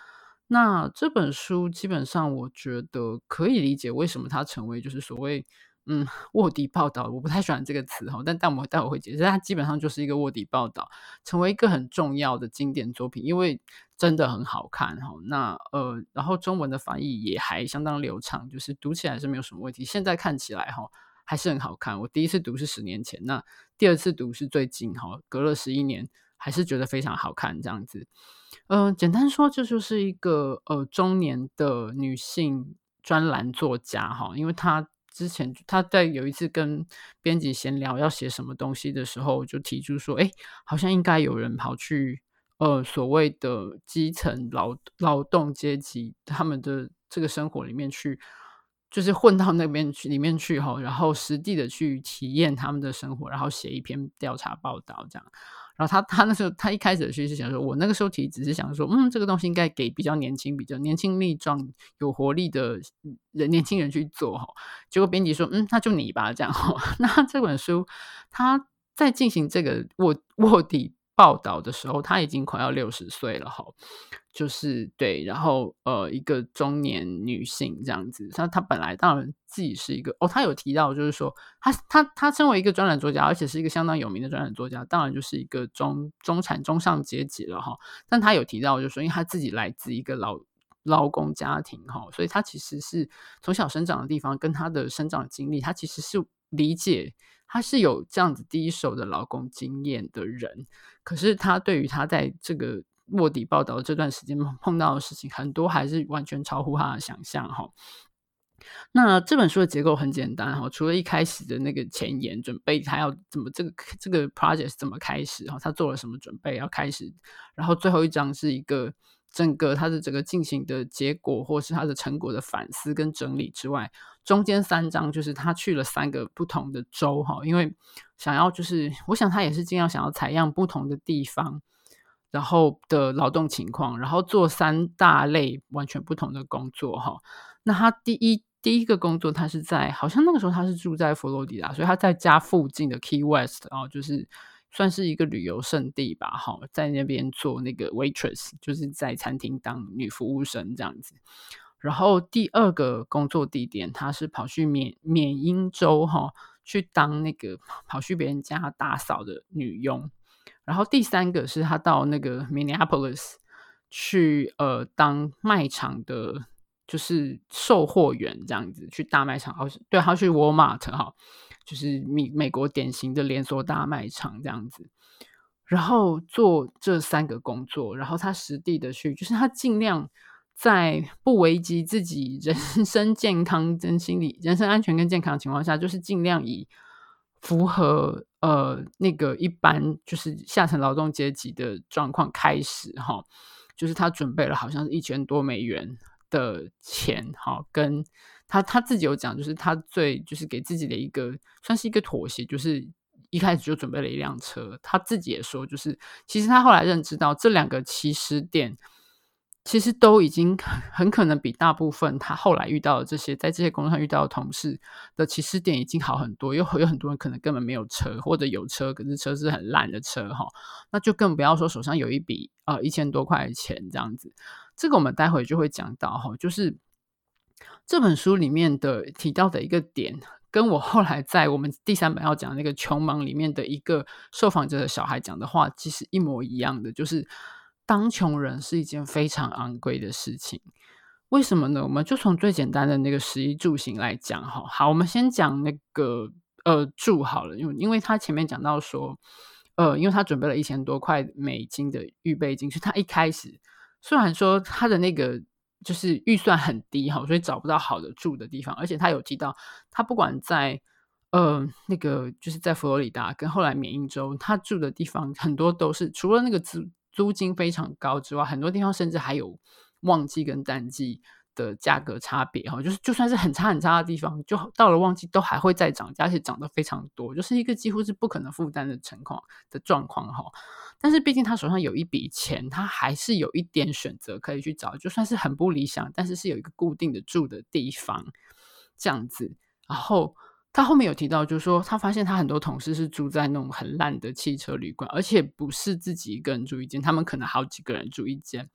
那这本书基本上我觉得可以理解为什么它成为就是所谓嗯卧底报道，我不太喜欢这个词哈，但但我待会会解释，它基本上就是一个卧底报道，成为一个很重要的经典作品，因为真的很好看哈。那呃，然后中文的翻译也还相当流畅，就是读起来是没有什么问题。现在看起来哈还是很好看。我第一次读是十年前，那第二次读是最近哈，隔了十一年，还是觉得非常好看这样子。呃，简单说，这就是一个呃中年的女性专栏作家哈，因为她之前她在有一次跟编辑闲聊要写什么东西的时候，就提出说，哎，好像应该有人跑去呃所谓的基层劳劳动阶级他们的这个生活里面去，就是混到那边去里面去哈，然后实地的去体验他们的生活，然后写一篇调查报道这样。然后他他那时候他一开始的学习想说，我那个时候提只是想说，嗯，这个东西应该给比较年轻、比较年轻力壮、有活力的人年轻人去做哈。结果编辑说，嗯，那就你吧，这样哈。那这本书他在进行这个卧卧底报道的时候，他已经快要六十岁了哈。就是对，然后呃，一个中年女性这样子，她她本来当然自己是一个哦，她有提到就是说，她她她身为一个专栏作家，而且是一个相当有名的专栏作家，当然就是一个中中产中上阶级了哈。但她有提到就是说，因为她自己来自一个劳劳工家庭哈，所以她其实是从小生长的地方跟她的生长经历，她其实是理解。她是有这样子第一手的劳工经验的人，可是她对于她在这个卧底报道这段时间碰到的事情，很多还是完全超乎他的想象哈。那这本书的结构很简单哈，除了一开始的那个前言准备，他要怎么这个这个 project 怎么开始哈，他做了什么准备要开始，然后最后一章是一个整个他的整个进行的结果或是他的成果的反思跟整理之外，中间三章就是他去了三个不同的州哈，因为想要就是我想他也是尽量想要采样不同的地方。然后的劳动情况，然后做三大类完全不同的工作哈。那他第一第一个工作，他是在好像那个时候他是住在佛罗里达，所以他在家附近的 Key West，然后就是算是一个旅游胜地吧哈，在那边做那个 waitress，就是在餐厅当女服务生这样子。然后第二个工作地点，他是跑去缅缅因州哈，去当那个跑去别人家打扫的女佣。然后第三个是他到那个 Minneapolis 去呃当卖场的，就是售货员这样子，去大卖场，好对，他去 Walmart 哈，就是美美国典型的连锁大卖场这样子。然后做这三个工作，然后他实地的去，就是他尽量在不危及自己人身健康跟心理人身安全跟健康的情况下，就是尽量以符合呃那个一般就是下层劳动阶级的状况开始哈，就是他准备了好像是一千多美元的钱哈，跟他他自己有讲，就是他最就是给自己的一个算是一个妥协，就是一开始就准备了一辆车。他自己也说，就是其实他后来认知到这两个起始点，其实都已经很很可能比大部分他后来遇到的这些在这些工作上遇到的同事的起始点已经好很多。有有很多人可能根本没有车，或者有车，可是车是很烂的车哈，那就更不要说手上有一笔呃一千多块的钱这样子。这个我们待会就会讲到哈，就是这本书里面的提到的一个点，跟我后来在我们第三本要讲那个《穷忙》里面的一个受访者的小孩讲的话，其实一模一样的，就是当穷人是一件非常昂贵的事情。为什么呢？我们就从最简单的那个食衣住行来讲哈。好，我们先讲那个呃住好了，因为因为他前面讲到说，呃，因为他准备了一千多块美金的预备金，所以他一开始虽然说他的那个就是预算很低哈，所以找不到好的住的地方，而且他有提到，他不管在呃那个就是在佛罗里达跟后来缅因州，他住的地方很多都是除了那个租租金非常高之外，很多地方甚至还有旺季跟淡季的价格差别哈，就是就算是很差很差的地方，就到了旺季都还会再涨价，而且涨得非常多，就是一个几乎是不可能负担的情况的状况哈。但是毕竟他手上有一笔钱，他还是有一点选择可以去找，就算是很不理想，但是是有一个固定的住的地方这样子。然后他后面有提到，就是说他发现他很多同事是住在那种很烂的汽车旅馆，而且不是自己一个人住一间，他们可能好几个人住一间。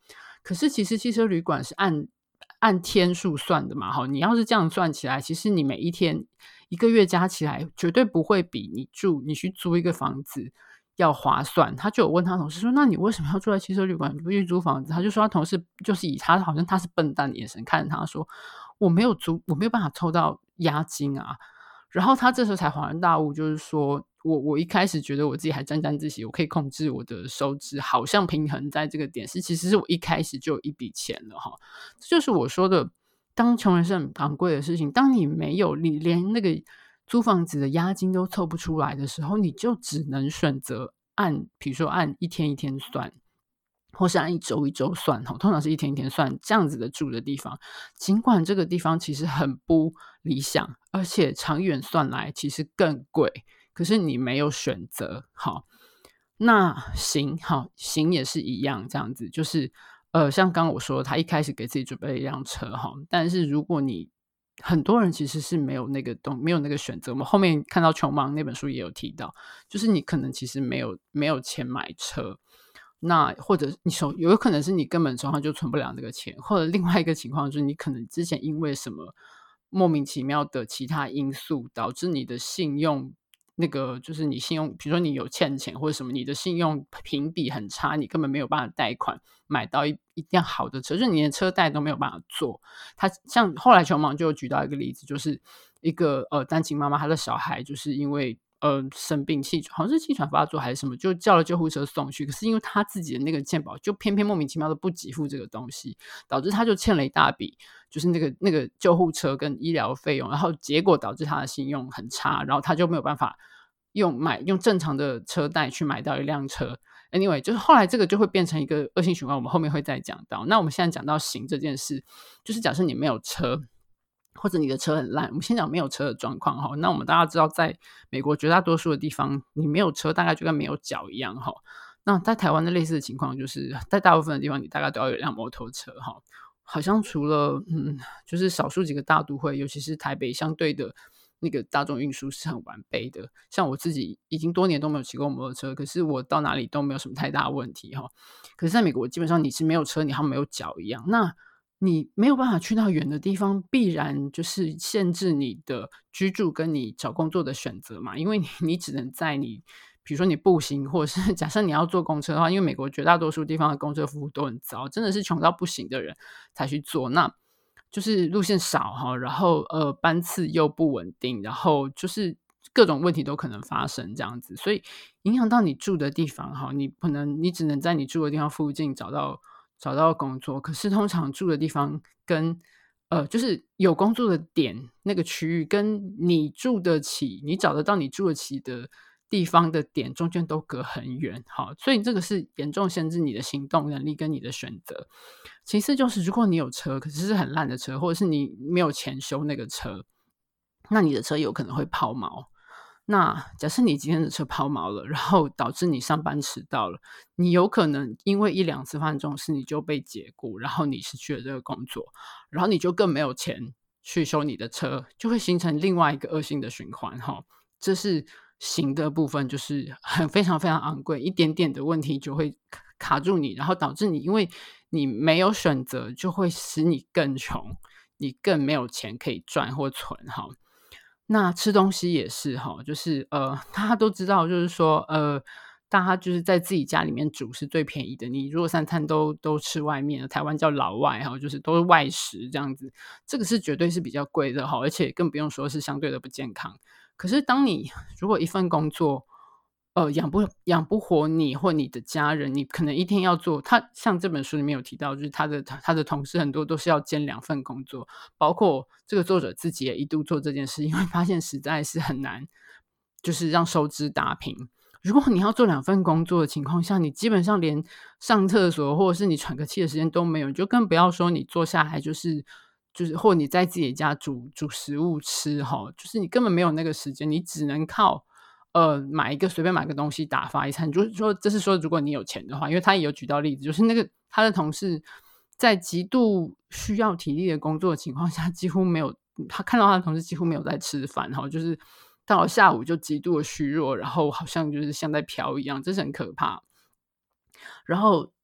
可是其实汽车旅馆是按按天数算的嘛，你要是这样算起来，其实你每一天一个月加起来绝对不会比你住你去租一个房子要划算。他就有问他同事说，那你为什么要住在汽车旅馆，你不去租房子？他就说他同事就是以他好像他是笨蛋的眼神看着他说，我没有租，我没有办法抽到押金啊。然后他这时候才恍然大悟，就是说我我一开始觉得我自己还沾沾自喜，我可以控制我的收支，好像平衡在这个点，是其实是我一开始就有一笔钱了哈。这就是我说的，当穷人是很昂贵的事情，当你没有你连那个租房子的押金都凑不出来的时候，你就只能选择按比如说按一天一天算，或是按一周一周算，通常是一天一天算这样子的住的地方。尽管这个地方其实很不理想，而且长远算来其实更贵，可是你没有选择。好，那行好行也是一样，这样子就是呃，像刚刚我说他一开始给自己准备了一辆车哈，但是如果你很多人其实是没有那个东没有那个选择。我们后面看到穷忙那本书也有提到，就是你可能其实没有没有钱买车，那或者你手有可能是你根本手上就存不了那个钱，或者另外一个情况就是你可能之前因为什么莫名其妙的其他因素导致你的信用那个就是你信用比如说你有欠钱或者什么，你的信用评比很差，你根本没有办法贷款买到一一辆好的车，就是你的车贷都没有办法做。他像后来穷忙就举到一个例子，就是一个呃单亲妈妈，她的小孩就是因为呃生病气喘，好像是气喘发作还是什么，就叫了救护车送去，可是因为他自己的那个健保就偏偏莫名其妙的不给付这个东西，导致他就欠了一大笔就是那个那个救护车跟医疗费用，然后结果导致他的信用很差，然后他就没有办法用买用正常的车贷去买到一辆车。Anyway， 就是后来这个就会变成一个恶性循环，我们后面会再讲到。那我们现在讲到行这件事，就是假设你没有车，或者你的车很烂，我们先讲没有车的状况哈。那我们大家知道，在美国绝大多数的地方，你没有车大概就跟没有脚一样哈。那在台湾的类似的情况，就是在大部分的地方，你大概都要有一辆摩托车哈。好像除了嗯，就是少数几个大都会，尤其是台北相对的那个大众运输是很完备的。像我自己已经多年都没有骑过摩托车，可是我到哪里都没有什么太大问题哈。可是在美国，基本上你是没有车，你好像没有脚一样。那你没有办法去到远的地方，必然就是限制你的居住跟你找工作的选择嘛。因为你你只能在你比如说你步行，或者是假设你要坐公车的话，因为美国绝大多数地方的公车服务都很糟，真的是穷到不行的人才去坐。那就是路线少哈，然后呃班次又不稳定，然后就是各种问题都可能发生这样子，所以影响到你住的地方哈，你可能你只能在你住的地方附近找到找到工作，可是通常住的地方跟呃就是有工作的点那个区域跟你住得起你找得到你住得起的地方的点中间都隔很远，好，所以这个是严重限制你的行动能力跟你的选择。其次就是如果你有车，可是是很烂的车，或者是你没有钱修那个车，那你的车有可能会抛锚。那假设你今天的车抛锚了，然后导致你上班迟到了，你有可能因为一两次发生这种事你就被解雇，然后你失去了这个工作，然后你就更没有钱去修你的车，就会形成另外一个恶性的循环哈。这是行的部分，就是很非常非常昂贵，一点点的问题就会卡住你，然后导致你因为你没有选择，就会使你更穷，你更没有钱可以赚或存哈。那吃东西也是哈，就是呃，大家都知道，就是说呃，大家就是在自己家里面煮是最便宜的。你如果三餐都都吃外面，台湾叫老外哈，就是都是外食这样子，这个是绝对是比较贵的哈，而且更不用说是相对的不健康。可是当你如果一份工作，呃，养不养不活你或你的家人，你可能一天要做他像这本书里面有提到，就是他的他的同事很多都是要兼两份工作，包括这个作者自己也一度做这件事，因为发现实在是很难，就是让收支打平。如果你要做两份工作的情况下，你基本上连上厕所或者是你喘个气的时间都没有，你就更不要说你坐下来就是就是或你在自己家煮煮食物吃哈，就是你根本没有那个时间，你只能靠呃买一个随便买个东西打发一餐。就是说这是说如果你有钱的话，因为他也有举到例子，就是那个他的同事在极度需要体力的工作的情况下，几乎没有他看到他的同事几乎没有在吃饭哈，就是到了下午就极度的虚弱，然后好像就是像在飘一样，这是很可怕。然后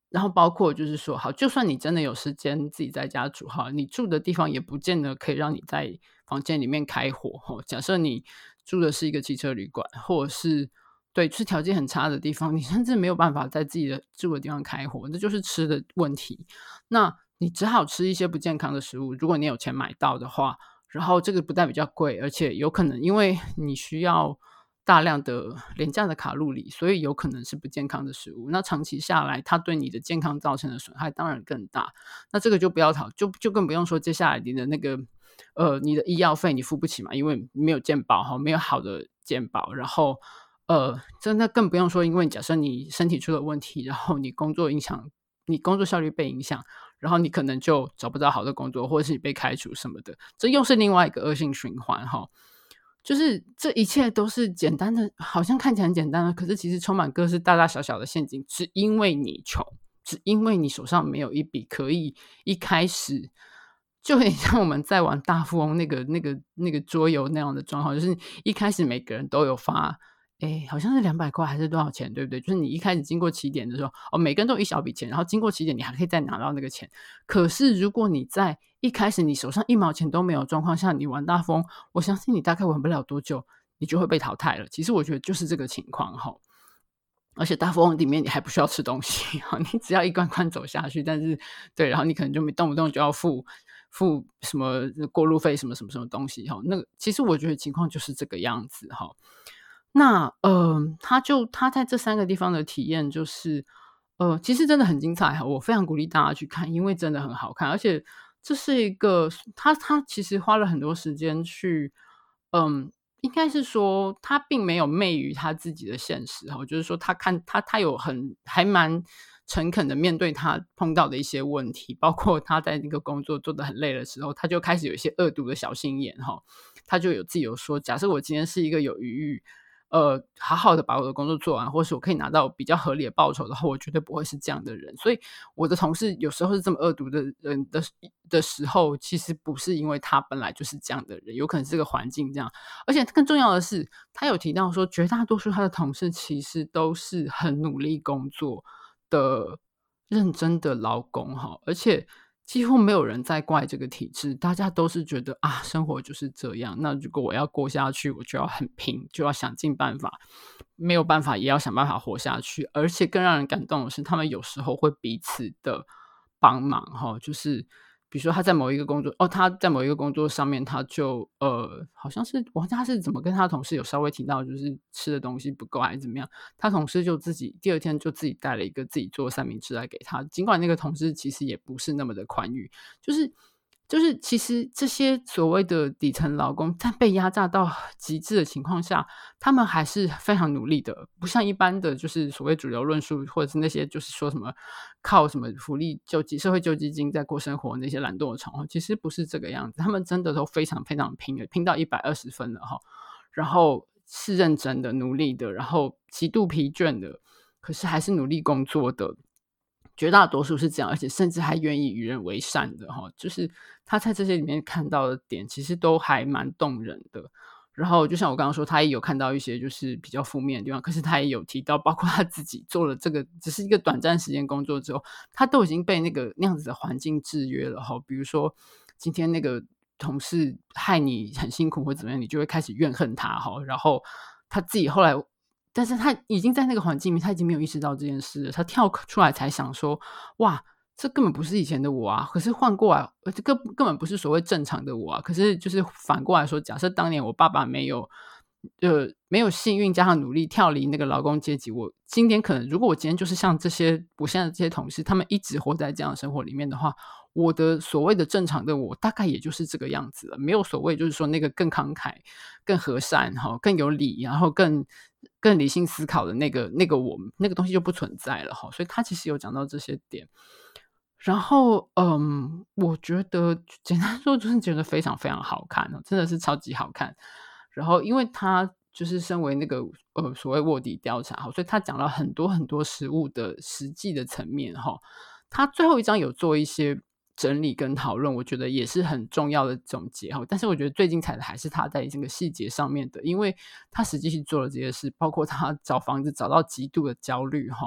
然后包括就是说，好，就算你真的有时间自己在家煮哈，你住的地方也不见得可以让你在房间里面开火哈。假设你住的是一个汽车旅馆，或者是对，是条件很差的地方，你甚至没有办法在自己的住的地方开火，这就是吃的问题。那你只好吃一些不健康的食物，如果你有钱买到的话，然后这个不但比较贵，而且有可能因为你需要大量的廉价的卡路里，所以有可能是不健康的食物。那长期下来，它对你的健康造成的损害当然更大。那这个就不要讨，就就更不用说接下来你的那个呃，你的医药费你付不起嘛，因为没有健保哈，没有好的健保，然后呃，真的更不用说，因为假设你身体出了问题，然后你工作影响，你工作效率被影响，然后你可能就找不到好的工作，或者是你被开除什么的，这又是另外一个恶性循环哈。就是这一切都是简单的，好像看起来很简单的，可是其实充满各式大大小小的陷阱，只因为你穷，只因为你手上没有一笔可以一开始就很像我们在玩大富翁那个那个那个桌游那样的状况，就是一开始每个人都有发，哎，好像是两百块还是多少钱，对不对？就是你一开始经过起点的时候，哦，每个人都有一小笔钱，然后经过起点，你还可以再拿到那个钱。可是如果你在一开始你手上一毛钱都没有的状况下，你玩大富翁，我相信你大概玩不了多久，你就会被淘汰了。其实我觉得就是这个情况哈。而且大富翁里面你还不需要吃东西，你只要一关关走下去，但是对，然后你可能就没动不动就要付付什么过路费什么什么什么东西哈。那个其实我觉得情况就是这个样子哈。那呃，他就他在这三个地方的体验就是，呃，其实真的很精彩哈，我非常鼓励大家去看，因为真的很好看，而且这是一个他他其实花了很多时间去，嗯，应该是说他并没有昧于他自己的现实哈，就是说他看他他有很还蛮诚恳的面对他碰到的一些问题，包括他在那个工作做得很累的时候，他就开始有一些恶毒的小心眼哈，他就有自己有说，假设我今天是一个有余裕。呃，好好的把我的工作做完，或是我可以拿到比较合理的报酬的话，我绝对不会是这样的人。所以我的同事有时候是这么恶毒的人的的时候，其实不是因为他本来就是这样的人，有可能是这个环境这样。而且更重要的是，他有提到说，绝大多数他的同事其实都是很努力工作的认真的劳工哈，而且几乎没有人在怪这个体制，大家都是觉得啊，生活就是这样。那如果我要过下去，我就要很拼，就要想尽办法，没有办法也要想办法活下去。而且更让人感动的是，他们有时候会彼此的帮忙哈，就是比如说他在某一个工作哦，他在某一个工作上面，他就呃，好像是我忘记他是怎么跟他同事有稍微提到，就是吃的东西不够还是怎么样，他同事就自己第二天就自己带了一个自己做的三明治来给他，尽管那个同事其实也不是那么的宽裕，就是就是其实这些所谓的底层劳工，在被压榨到极致的情况下，他们还是非常努力的，不像一般的就是所谓主流论述，或者是那些就是说什么靠什么福利救济、社会救济金在过生活那些懒惰的虫，其实不是这个样子，他们真的都非常非常拼的，拼到一百二十分了哈，然后是认真的、努力的，然后极度疲倦的，可是还是努力工作的。绝大多数是这样，而且甚至还愿意与人为善的哈，就是他在这些里面看到的点，其实都还蛮动人的。然后就像我刚刚说，他也有看到一些就是比较负面的地方，可是他也有提到，包括他自己做了这个只是一个短暂时间工作之后，他都已经被那个那样子的环境制约了哈。比如说今天那个同事害你很辛苦或怎么样，你就会开始怨恨他哈。然后他自己后来但是他已经在那个环境里面，他已经没有意识到这件事了。他跳出来才想说：“哇，这根本不是以前的我啊！可是换过来，呃这根根本不是所谓正常的我啊！可是就是反过来说，假设当年我爸爸没有，呃，没有幸运加上努力跳离那个劳工阶级，我今天可能如果我今天就是像这些我现在的这些同事，他们一直活在这样的生活里面的话，我的所谓的正常的我，大概也就是这个样子了。没有所谓就是说那个更慷慨、更和善、哈、更有理，然后更更理性思考的那个那个我那个东西就不存在了哈。所以他其实有讲到这些点。然后，嗯，我觉得简单说就是觉得非常非常好看哦，真的是超级好看。然后，因为他就是身为那个呃所谓卧底调查哈，所以他讲了很多很多实物的实际的层面哈。他最后一章有做一些整理跟讨论，我觉得也是很重要的总结哈。但是我觉得最精彩的还是他在这个细节上面的，因为他实际去做了这些事，包括他找房子找到极度的焦虑哈。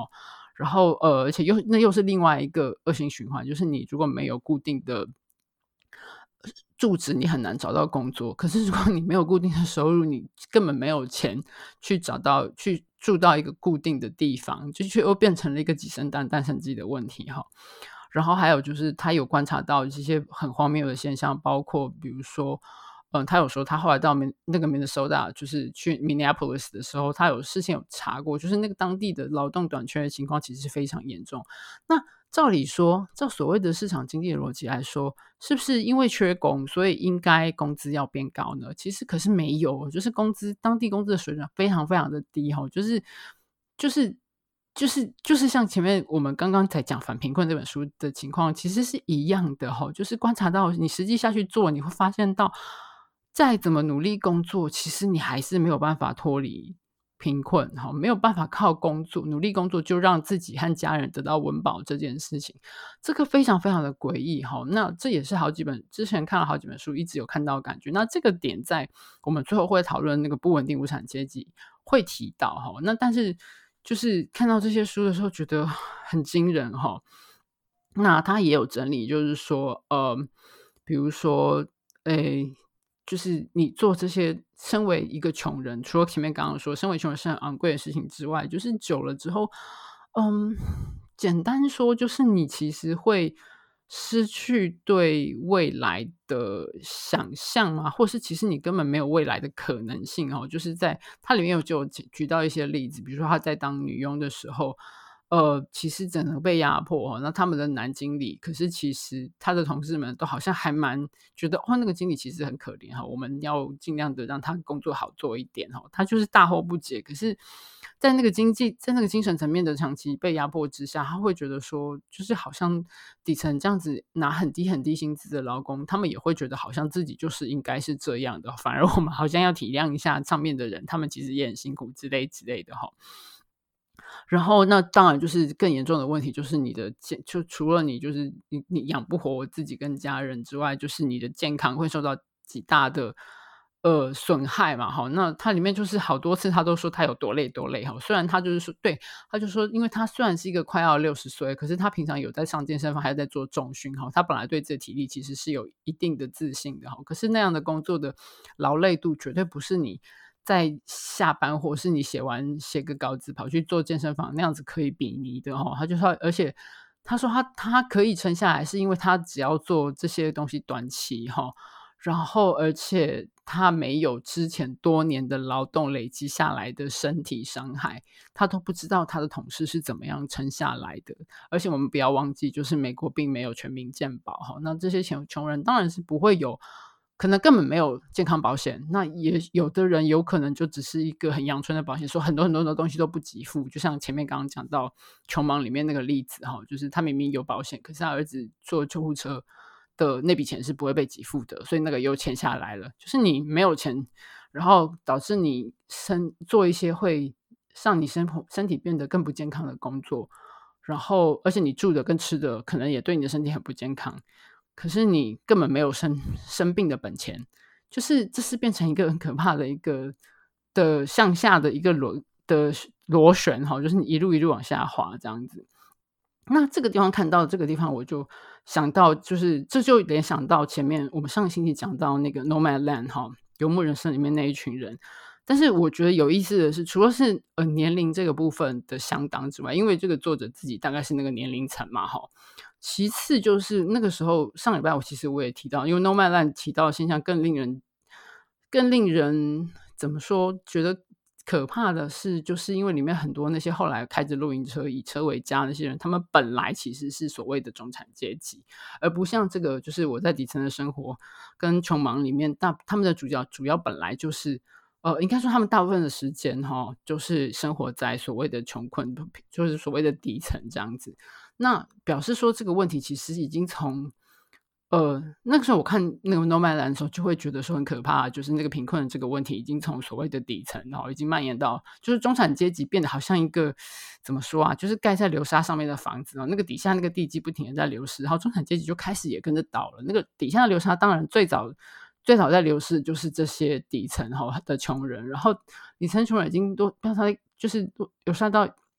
然后呃，而且又那又是另外一个恶性循环，就是你如果没有固定的住址，你很难找到工作。可是如果你没有固定的收入，你根本没有钱去找到去住到一个固定的地方，就却又变成了一个鸡生蛋蛋生鸡的问题哈。然后还有就是他有观察到这些很荒谬的现象，包括比如说嗯，他有说他后来到那个 Minnesota 就是去 Minneapolis 的时候，他有事先有查过，就是那个当地的劳动短缺的情况其实是非常严重。那照理说，照所谓的市场经济的逻辑来说，是不是因为缺工，所以应该工资要变高呢？其实可是没有，就是工资当地工资的水准非常非常的低哈，就是就是就是就是像前面我们刚刚才讲反贫困这本书的情况，其实是一样的哈，就是观察到你实际下去做，你会发现到再怎么努力工作，其实你还是没有办法脱离贫困哈，没有办法靠工作努力工作就让自己和家人得到温饱这件事情，这个非常非常的诡异哈。那这也是好几本之前看了好几本书，一直有看到的感觉。那这个点在我们最后会讨论那个不稳定无产阶级会提到哈。那但是就是看到这些书的时候，觉得很惊人哈。那他也有整理，就是说，呃，比如说，诶，就是你做这些，身为一个穷人，除了前面刚刚说，身为穷人是很昂贵的事情之外，就是久了之后，嗯，简单说，就是你其实会失去对未来的想象嘛，或是其实你根本没有未来的可能性哦。就是在它里面有就举举到一些例子，比如说他在当女佣的时候，呃，其实整个被压迫哦。那他们的男经理，可是其实他的同事们都好像还蛮觉得，哦，那个经理其实很可怜哈，我们要尽量的让他工作好做一点哈。他就是大惑不解，可是，在那个经济，在那个精神层面的长期被压迫之下，他会觉得说，就是好像底层这样子拿很低很低薪资的劳工，他们也会觉得好像自己就是应该是这样的，反而我们好像要体谅一下上面的人，他们其实也很辛苦之类之类的哈。然后那当然就是更严重的问题，就是你的健就除了你就是你你养不活自己跟家人之外，就是你的健康会受到极大的呃损害嘛。好，那它里面就是好多次他都说他有多累多累哈。虽然他就是说对，他就说，因为他虽然是一个快要六十岁，可是他平常有在上健身房，还在做重训哈。他本来对自己的体力其实是有一定的自信的哈。可是那样的工作的劳累度绝对不是你在下班或是你写完写个稿子跑去做健身房那样子可以比拟的哈。他就说，而且他说他他可以撑下来，是因为他只要做这些东西短期哈，然后而且他没有之前多年的劳动累积下来的身体伤害，他都不知道他的同事是怎么样撑下来的。而且我们不要忘记，就是美国并没有全民健保哈，那这些穷穷人当然是不会有。可能根本没有健康保险，那也有的人有可能就只是一个很阳春的保险，说很多很多的东西都不给付，就像前面刚刚讲到穷忙里面那个例子哈，就是他明明有保险，可是他儿子坐救护车的那笔钱是不会被给付的，所以那个又欠下来了。就是你没有钱，然后导致你身做一些会让你身身体变得更不健康的工作，然后而且你住的跟吃的可能也对你的身体很不健康。可是你根本没有生生病的本钱，就是这是变成一个很可怕的一个的向下的一个螺的螺旋哈，就是你一路一路往下滑这样子。那这个地方看到这个地方，我就想到，就是这就联想到前面我们上个星期讲到那个 Nomadland 哈，游牧人生里面那一群人。但是我觉得有意思的是，除了是呃年龄这个部分的相当之外，因为这个作者自己大概是那个年龄层嘛哈。其次就是那个时候上礼拜我其实我也提到，因为 Nomadland 提到的现象更令人更令人怎么说觉得可怕的是，就是因为里面很多那些后来开着露营车以车为家那些人，他们本来其实是所谓的中产阶级，而不像这个就是我在底层的生活跟穷忙里面大他们的主角主要本来就是呃，应该说他们大部分的时间哈，就是生活在所谓的穷困，就是所谓的底层这样子。那表示说这个问题其实已经从呃，那个时候我看那个 Nomadland 的时候，就会觉得说很可怕，就是那个贫困的这个问题已经从所谓的底层，然后已经蔓延到就是中产阶级变得好像一个怎么说啊，就是盖在流沙上面的房子，那个底下那个地基不停的在流失，然后中产阶级就开始也跟着倒了。那个底下的流沙当然最早最早在流失就是这些底层的穷人，然后底层穷人已经都让他就是流沙到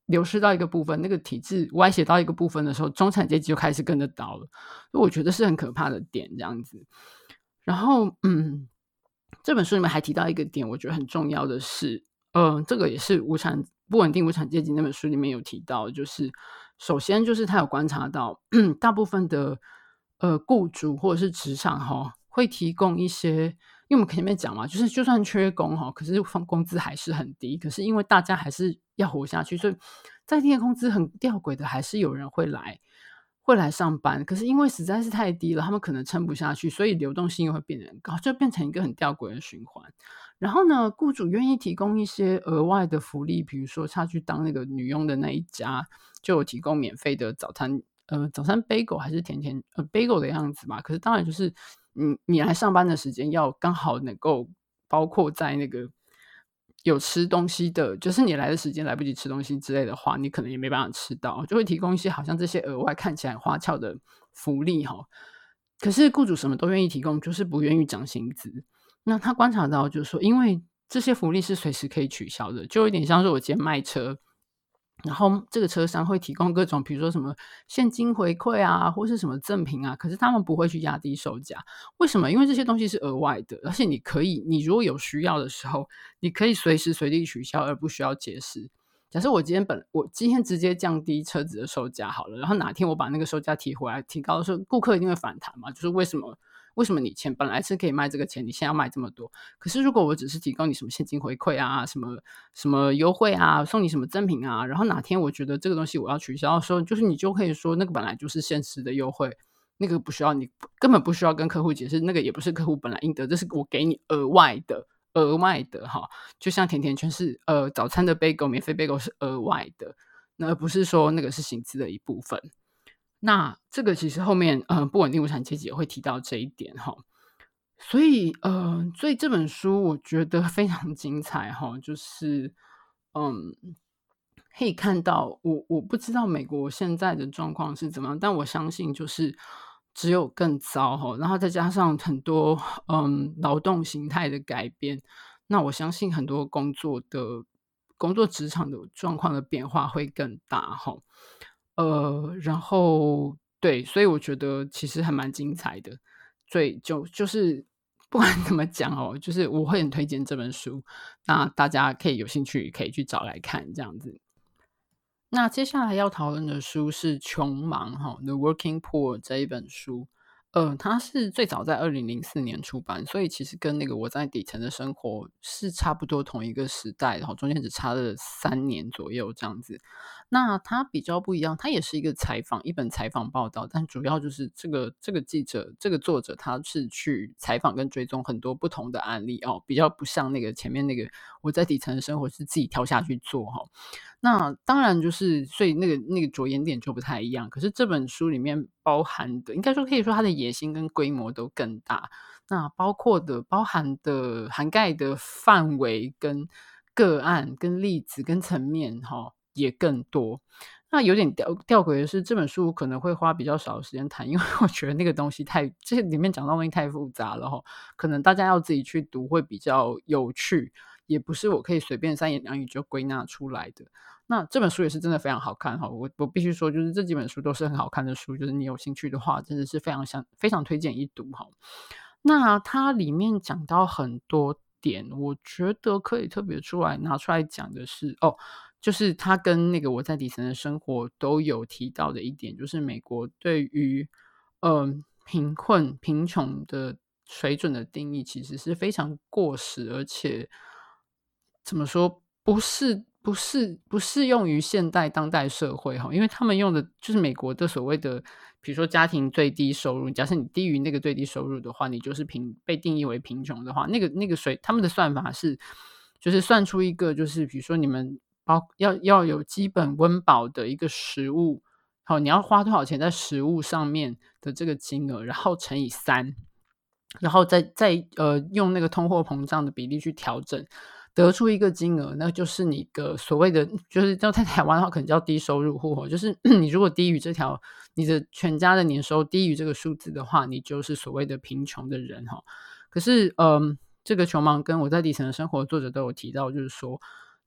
流失到一个部分，那个体制歪斜到一个部分的时候，中产阶级就开始跟着倒了，所以我觉得是很可怕的点这样子。然后嗯，这本书里面还提到一个点，我觉得很重要的是，呃，这个也是无产不稳定无产阶级那本书里面有提到，就是首先就是他有观察到大部分的呃雇主或者是职场哈，会提供一些，因为我们前面讲嘛，就是就算缺工哈，可是工资还是很低，可是因为大家还是要活下去，所以再低的工资很吊诡的，还是有人会来会来上班，可是因为实在是太低了，他们可能撑不下去，所以流动性又会变得很高，就变成一个很吊诡的循环。然后呢，雇主愿意提供一些额外的福利，比如说他去当那个女佣的那一家，就有提供免费的早餐，呃，早餐 bagel 还是甜甜呃 bagel 的样子嘛。可是当然就是你你来上班的时间要刚好能够包括在那个有吃东西的，就是你来的时间来不及吃东西之类的话，你可能也没办法吃到，就会提供一些好像这些额外看起来花俏的福利哈。可是雇主什么都愿意提供，就是不愿意涨薪资。那他观察到就是说，因为这些福利是随时可以取消的，就有点像是我今天卖车，然后这个车商会提供各种比如说什么现金回馈啊，或是什么赠品啊，可是他们不会去压低售价。为什么？因为这些东西是额外的，而且你可以你如果有需要的时候，你可以随时随地取消，而不需要解释。假设我今天本我今天直接降低车子的售价好了，然后哪天我把那个售价提回来提高的时候，顾客一定会反弹嘛，就是为什么为什么你钱本来是可以卖这个钱，你现在要卖这么多？可是如果我只是提供你什么现金回馈啊，什么什么优惠啊，送你什么赠品啊，然后哪天我觉得这个东西我要取消的时候，就是你就可以说那个本来就是限时的优惠，那个不需要你根本不需要跟客户解释，那个也不是客户本来应得，这是我给你额外的。额外的哈，就像甜甜圈是呃早餐的 bagel 免费 bagel 是额外的，那而不是说那个是薪资的一部分。那这个其实后面呃不稳定无产阶级也会提到这一点哈。所以呃，所以这本书我觉得非常精彩哈，就是嗯，可以看到我我不知道美国现在的状况是怎么样，但我相信就是只有更糟哈，然后再加上很多嗯劳动形态的改变，那我相信很多工作的工作职场的状况的变化会更大哈。呃，然后对，所以我觉得其实还蛮精彩的。所以就就是不管怎么讲哦，就是我会很推荐这本书，那大家可以有兴趣可以去找来看这样子。那接下来要讨论的书是《穷忙》哈，《The Working Poor》这一本书。呃，它是最早在二零零四年出版，所以其实跟那个我在底层的生活是差不多同一个时代，然后中间只差了三年左右这样子。那它比较不一样，它也是一个采访，一本采访报道，但主要就是这个这个记者，这个作者他是去采访跟追踪很多不同的案例哦，比较不像那个前面那个我在底层的生活是自己跳下去做哈。那当然就是，所以那个那个着眼点就不太一样。可是这本书里面包含的，应该说可以说它的野心跟规模都更大。那包括的、包含的、涵盖的范围跟个案、跟例子、跟层面，哈，也更多。那有点吊吊诡的是，这本书可能会花比较少的时间谈，因为我觉得那个东西太，这里面讲到的东西太复杂了哈，可能大家要自己去读会比较有趣，也不是我可以随便三言两语就归纳出来的。那这本书也是真的非常好看哈，我我必须说，就是这几本书都是很好看的书，就是你有兴趣的话，真的是非常想非常推荐一读哈。那它里面讲到很多点，我觉得可以特别出来拿出来讲的是哦，就是他跟那个我在底层的生活都有提到的一点，就是美国对于嗯、呃贫困贫穷的水准的定义其实是非常过时，而且怎么说不是不是不适用于现代当代社会哈，因为他们用的就是美国的所谓的，比如说家庭最低收入，假设你低于那个最低收入的话，你就是贫被定义为贫穷的话，那个那个水他们的算法是，就是算出一个就是比如说你们包要要有基本温饱的一个食物，好，你要花多少钱在食物上面的这个金额，然后乘以三，然后再再呃用那个通货膨胀的比例去调整，得出一个金额，那就是你的所谓的，就是在台湾的话可能叫低收入户，就是你如果低于这条，你的全家的年收低于这个数字的话，你就是所谓的贫穷的人哈。可是嗯，这个穷忙跟我在底层的生活作者都有提到，就是说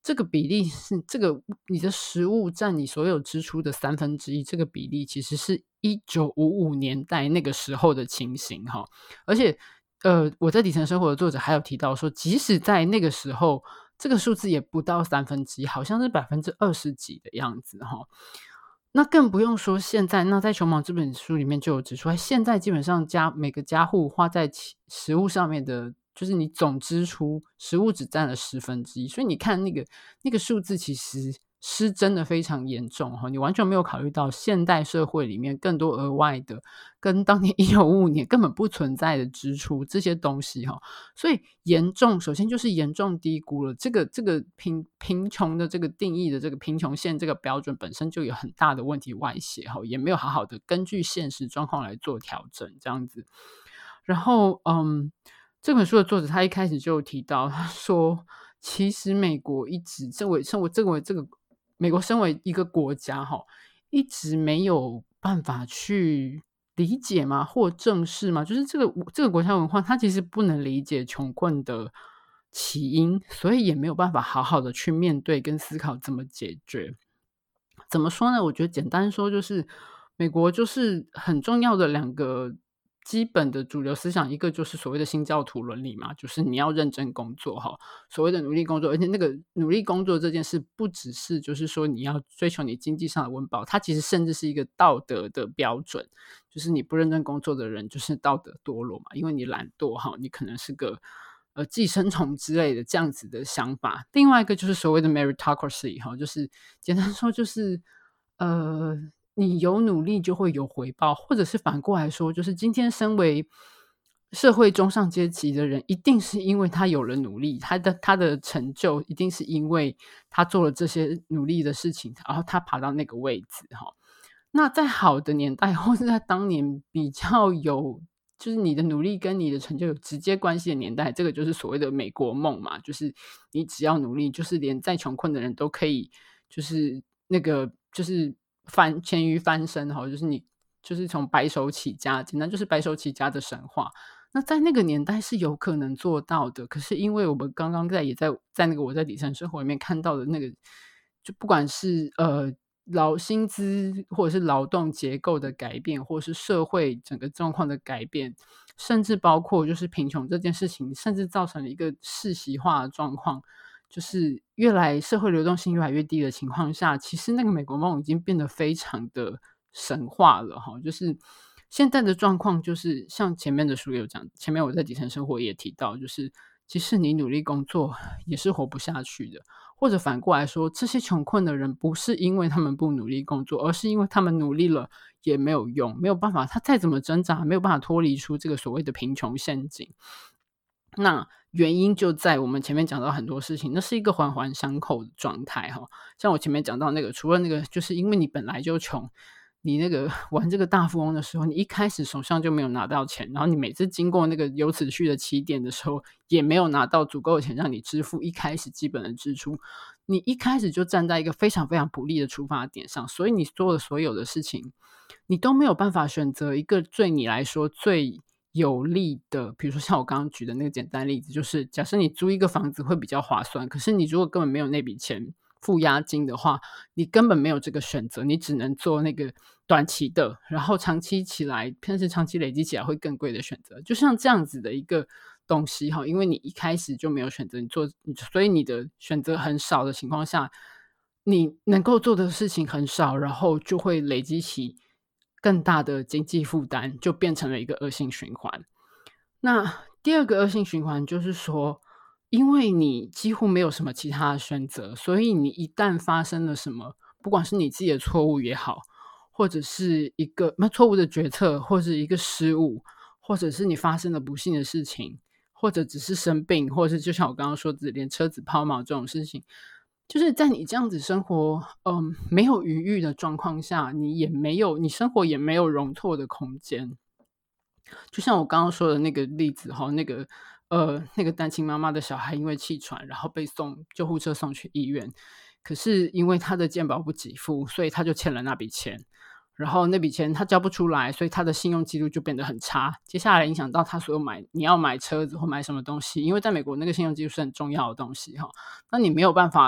这个比例是这个你的食物占你所有支出的三分之一，这个比例其实是一九五五年代那个时候的情形哈。而且呃，我在底层生活的作者还有提到说，即使在那个时候，这个数字也不到三分之一，好像是百分之二十几的样子哈。那更不用说现在，那在《穷忙》这本书里面就有指出，现在基本上家每个家户花在食物上面的，就是你总支出，食物只占了十分之一，所以你看那个那个数字其实失真的非常严重哈，你完全没有考虑到现代社会里面更多额外的，跟当年一九五五年根本不存在的支出这些东西哈，所以严重，首先就是严重低估了这个这个贫贫穷的这个定义的这个贫穷线这个标准本身就有很大的问题外泄哈，也没有好好的根据现实状况来做调整这样子。然后嗯，这本书的作者他一开始就提到，他说其实美国一直身为身为这个这个美国身为一个国家哈，一直没有办法去理解嘛，或正视嘛，就是这个这个国家文化，它其实不能理解穷困的起因，所以也没有办法好好的去面对跟思考怎么解决。怎么说呢？我觉得简单说就是美国就是很重要的两个基本的主流思想，一个就是所谓的新教徒伦理嘛，就是你要认真工作哈，所谓的努力工作，而且那个努力工作这件事不只是就是说你要追求你经济上的温饱，它其实甚至是一个道德的标准，就是你不认真工作的人就是道德堕落嘛，因为你懒惰哈，你可能是个呃寄生虫之类的这样子的想法。另外一个就是所谓的 meritocracy 哈，就是简单说就是呃你有努力就会有回报，或者是反过来说，就是今天身为社会中上阶级的人，一定是因为他有了努力，他的他的成就一定是因为他做了这些努力的事情，然后他爬到那个位置哈。那在好的年代，或是在当年比较有，就是你的努力跟你的成就有直接关系的年代，这个就是所谓的美国梦嘛，就是你只要努力，就是连再穷困的人都可以，就是那个就是翻咸鱼翻身哈，就是你就是从白手起家，简单就是白手起家的神话。那在那个年代是有可能做到的，可是因为我们刚刚在也在在那个我在底层生活里面看到的那个，就不管是呃劳薪资或者是劳动结构的改变，或是社会整个状况的改变，甚至包括就是贫穷这件事情，甚至造成了一个世袭化的状况，就是越来社会流动性越来越低的情况下，其实那个美国梦已经变得非常的神话了哈，就是现在的状况就是像前面的书有讲，前面我在底层生活也提到，就是其实你努力工作也是活不下去的，或者反过来说，这些穷困的人不是因为他们不努力工作，而是因为他们努力了也没有用，没有办法，他再怎么挣扎，没有办法脱离出这个所谓的贫穷陷阱。那原因就在我们前面讲到很多事情，那是一个环环相扣的状态哈。像我前面讲到那个，除了那个，就是因为你本来就穷，你那个玩这个大富翁的时候，你一开始手上就没有拿到钱，然后你每次经过那个有此序的起点的时候，也没有拿到足够的钱让你支付一开始基本的支出，你一开始就站在一个非常非常不利的出发点上，所以你做的所有的事情，你都没有办法选择一个对你来说最有利的，比如说像我刚刚举的那个简单例子，就是假设你租一个房子会比较划算，可是你如果根本没有那笔钱付押金的话，你根本没有这个选择，你只能做那个短期的，然后长期起来，甚至长期累积起来会更贵的选择。就像这样子的一个东西哈，因为你一开始就没有选择，你做，所以你的选择很少的情况下，你能够做的事情很少，然后就会累积起更大的经济负担，就变成了一个恶性循环。那第二个恶性循环就是说，因为你几乎没有什么其他的选择，所以你一旦发生了什么，不管是你自己的错误也好，或者是一个那错误的决策，或者是一个失误，或者是你发生了不幸的事情，或者只是生病，或者是就像我刚刚说的连车子抛锚这种事情，就是在你这样子生活嗯，没有余裕的状况下，你也没有你生活也没有容错的空间。就像我刚刚说的那个例子哈，那个呃，那个单亲妈妈的小孩因为气喘，然后被送救护车送去医院，可是因为他的健保不给付，所以他就欠了那笔钱，然后那笔钱他交不出来，所以他的信用记录就变得很差，接下来影响到他所有买你要买车子或买什么东西，因为在美国那个信用记录是很重要的东西哈，那你没有办法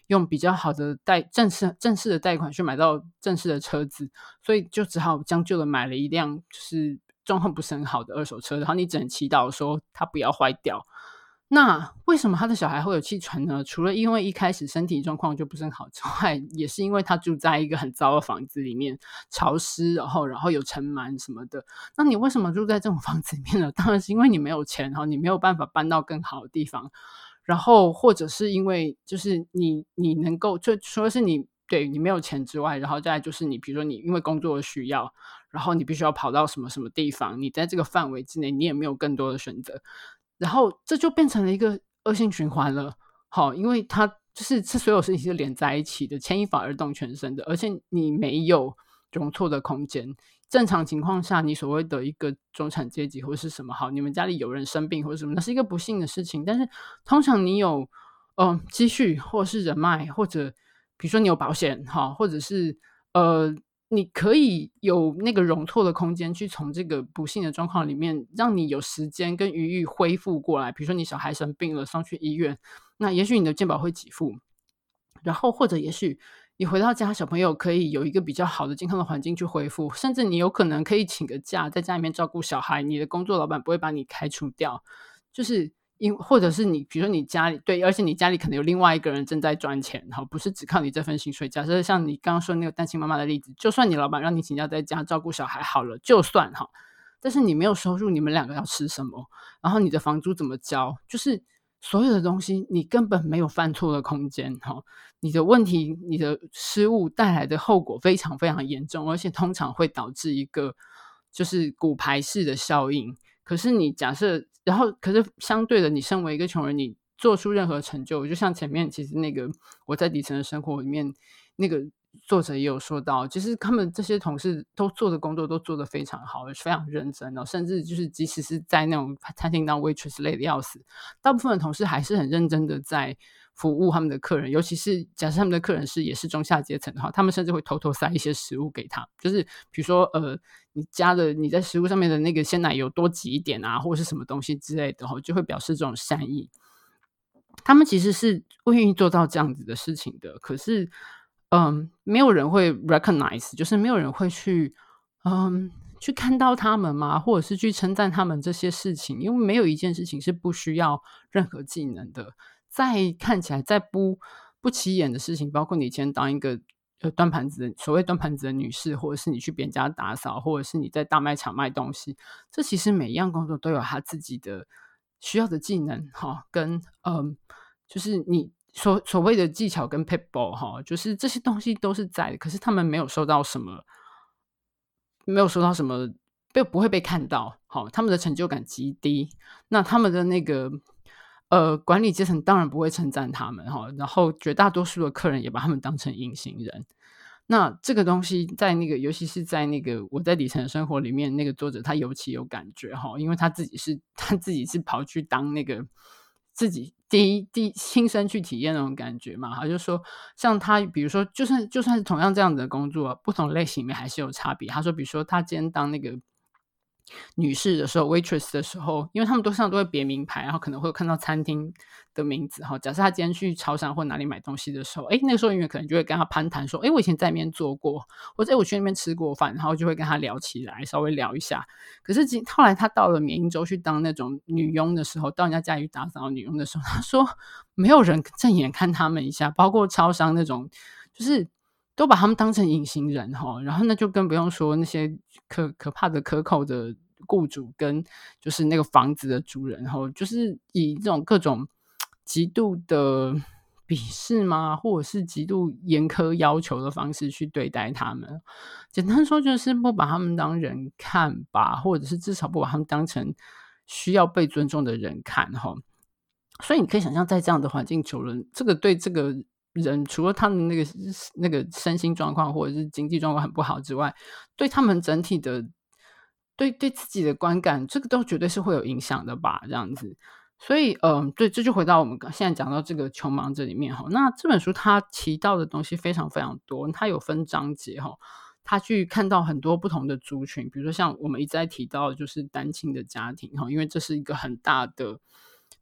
用比较好的贷正式正式的贷款去买到正式的车子，所以就只好将就的买了一辆就是状况不是很好的二手车，然后你只能祈祷说它不要坏掉。那为什么他的小孩会有气喘呢？除了因为一开始身体状况就不是很好之外，也是因为他住在一个很糟的房子里面，潮湿，然后然后有尘螨什么的。那你为什么住在这种房子里面呢？当然是因为你没有钱，然后你没有办法搬到更好的地方，然后或者是因为就是你你能够就除了是你对你没有钱之外，然后再来就是你比如说你因为工作的需要，然后你必须要跑到什么什么地方，你在这个范围之内你也没有更多的选择，然后这就变成了一个恶性循环了。好，因为它就是这所有事情是连在一起的，牵一发而动全身的，而且你没有容错的空间。正常情况下，你所谓的一个中产阶级或是什么好，你们家里有人生病或者什么，那是一个不幸的事情。但是通常你有呃积蓄或者是人脉，或者比如说你有保险哈，或者是呃你可以有那个容错的空间，去从这个不幸的状况里面，让你有时间跟余裕恢复过来。比如说你小孩生病了，送去医院，那也许你的健保会给付，然后或者也许你回到家，小朋友可以有一个比较好的健康的环境去恢复，甚至你有可能可以请个假，在家里面照顾小孩，你的工作老板不会把你开除掉，就是因或者是你比如说你家里对，而且你家里可能有另外一个人正在赚钱，好，不是只靠你这份薪水。假设像你刚刚说那个单亲妈妈的例子，就算你老板让你请假在家照顾小孩好了，就算哈，但是你没有收入，你们两个要吃什么？然后你的房租怎么交？就是所有的东西，你根本没有犯错的空间哈。你的问题、你的失误带来的后果非常非常严重，而且通常会导致一个就是骨牌式的效应。可是你假设，然后可是相对的，你身为一个穷人，你做出任何成就，就像前面其实那个我在底层的生活里面，那个作者也有说到，其实他们这些同事都做的工作都做得非常好，非常认真哦，甚至就是即使是在那种餐厅当 waitress 累的要死，大部分的同事还是很认真的在服务他们的客人，尤其是假设他们的客人是也是中下阶层的话，他们甚至会偷偷塞一些食物给他，就是比如说呃，你加的你在食物上面的那个鲜奶油多挤一点啊，或者是什么东西之类的，就会表示这种善意。他们其实是不愿意做到这样子的事情的，可是嗯，没有人会 recognize， 就是没有人会去嗯去看到他们嘛，或者是去称赞他们这些事情，因为没有一件事情是不需要任何技能的。再看起来再不不起眼的事情，包括你以前当一个呃端盘子的所谓端盘子的女士，或者是你去别人家打扫，或者是你在大卖场卖东西，这其实每一样工作都有他自己的需要的技能哈，跟嗯，就是你所所谓的技巧跟 people 哈，就是这些东西都是在的，可是他们没有受到什么，没有受到什么，被不会被看到，好，他们的成就感极低，那他们的那个呃管理阶层当然不会称赞他们哈，然后绝大多数的客人也把他们当成隐形人。那这个东西在那个尤其是在那个我在底层的生活里面，那个作者他尤其有感觉哈，因为他自己是他自己是跑去当那个自己第一第一亲身去体验那种感觉嘛。他就说像他比如说就算就算是同样这样的工作，不同类型里面还是有差别。他说比如说他今天当那个女士的时候 waitress 的时候，因为他们都上都会别名牌，然后可能会有看到餐厅的名字哈。假设他今天去超商或哪里买东西的时候，诶，那个时候因为可能就会跟他攀谈说，诶，我以前在那边做过，或者诶我去那边吃过饭，然后就会跟他聊起来，稍微聊一下。可是后来他到了缅因州去当那种女佣的时候，到人家家里打扫女佣的时候，他说没有人正眼看他们一下，包括超商那种，就是都把他们当成隐形人齁，然后那就更不用说那些可可怕的可口的雇主跟就是那个房子的主人齁，就是以这种各种极度的鄙视吗，或者是极度严苛要求的方式去对待他们。简单说就是不把他们当人看吧，或者是至少不把他们当成需要被尊重的人看齁。所以你可以想象在这样的环境久了，这个对这个人除了他们那个那个身心状况或者是经济状况很不好之外，对他们整体的对对自己的观感，这个都绝对是会有影响的吧，这样子。所以嗯，对，这就回到我们现在讲到这个穷忙这里面齁，那这本书它提到的东西非常非常多，它有分章节齁，他去看到很多不同的族群，比如说像我们一直在提到的就是单亲的家庭齁，因为这是一个很大的